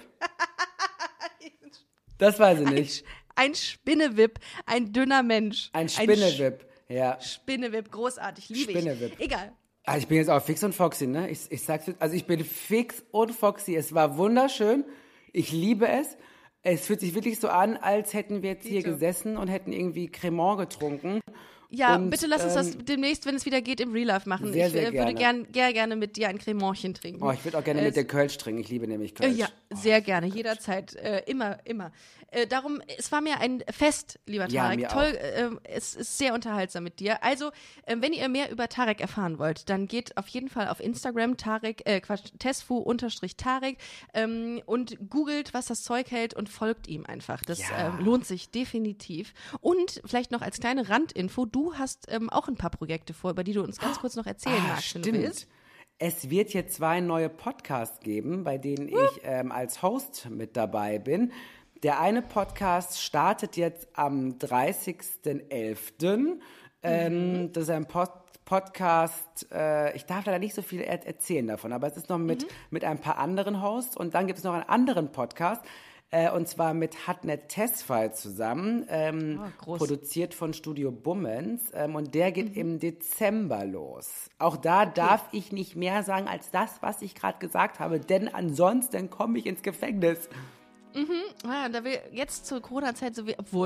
Das weiß ich nicht. Ein Spinnewip, ein dünner Mensch. Ein Spinnewip, ja. Spinnewip, großartig, liebe Spinnewip. ich. Egal. Also ich bin jetzt auch fix und foxy, ne? Ich sag's jetzt, also ich bin fix und foxy. Es war wunderschön. Ich liebe es. Es fühlt sich wirklich so an, als hätten wir jetzt hier gesessen und hätten irgendwie Cremant getrunken. Ja, und, bitte lass uns das demnächst, wenn es wieder geht, im Real Life machen. Sehr, ich sehr würde gerne mit dir ein Cremantchen trinken. Oh, ich würde auch gerne mit dir Kölsch trinken. Ich liebe nämlich Kölsch. Ja, sehr gerne, jederzeit, immer. Darum, es war mir ein Fest, lieber Tarek. Ja, mir toll, es ist sehr unterhaltsam mit dir. Also, wenn ihr mehr über Tarek erfahren wollt, dann geht auf jeden Fall auf Instagram Tesfu_Tarek und googelt, was das Zeug hält und folgt ihm einfach. Das lohnt sich definitiv. Und vielleicht noch als kleine Randinfo, du hast auch ein paar Projekte vor, über die du uns ganz kurz noch erzählen magst, wenn du willst. Es wird hier 2 neue Podcasts geben, bei denen ich als Host mit dabei bin. Der eine Podcast startet jetzt am 30.11. Das ist ein Podcast, ich darf leider nicht so viel erzählen davon, aber es ist noch mit ein paar anderen Hosts. Und dann gibt es noch einen anderen Podcast, und zwar mit Hatnet Tesfaye zusammen, produziert von Studio Bummens. Und der geht im Dezember los. Auch da darf ich nicht mehr sagen als das, was ich gerade gesagt habe, denn ansonsten komme ich ins Gefängnis. Ja, da wir jetzt zur Corona-Zeit obwohl,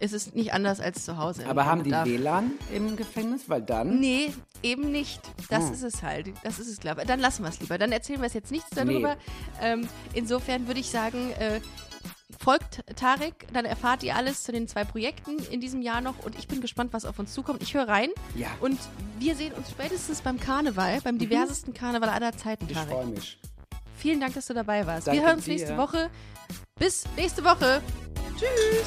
es ist nicht anders als zu Hause. Aber haben die WLAN im Gefängnis? Weil dann... Nee, eben nicht. Das ist es halt. Das ist es, glaube ich. Dann lassen wir es lieber. Dann erzählen wir es jetzt nichts darüber. Nee. Insofern würde ich sagen, folgt Tarek, dann erfahrt ihr alles zu den 2 Projekten in diesem Jahr noch und ich bin gespannt, was auf uns zukommt. Ich höre rein und wir sehen uns spätestens beim Karneval, beim diversesten Karneval aller Zeiten, Tarek. Ich freue mich. Vielen Dank, dass du dabei warst. Danke wir hören uns dir. nächste Woche. Bis nächste Woche. Tschüss.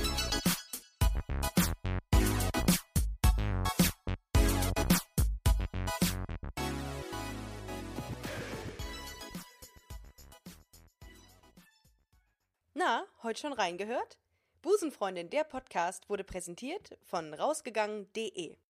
Na, heute schon reingehört? Busenfreundin, der Podcast wurde präsentiert von rausgegangen.de.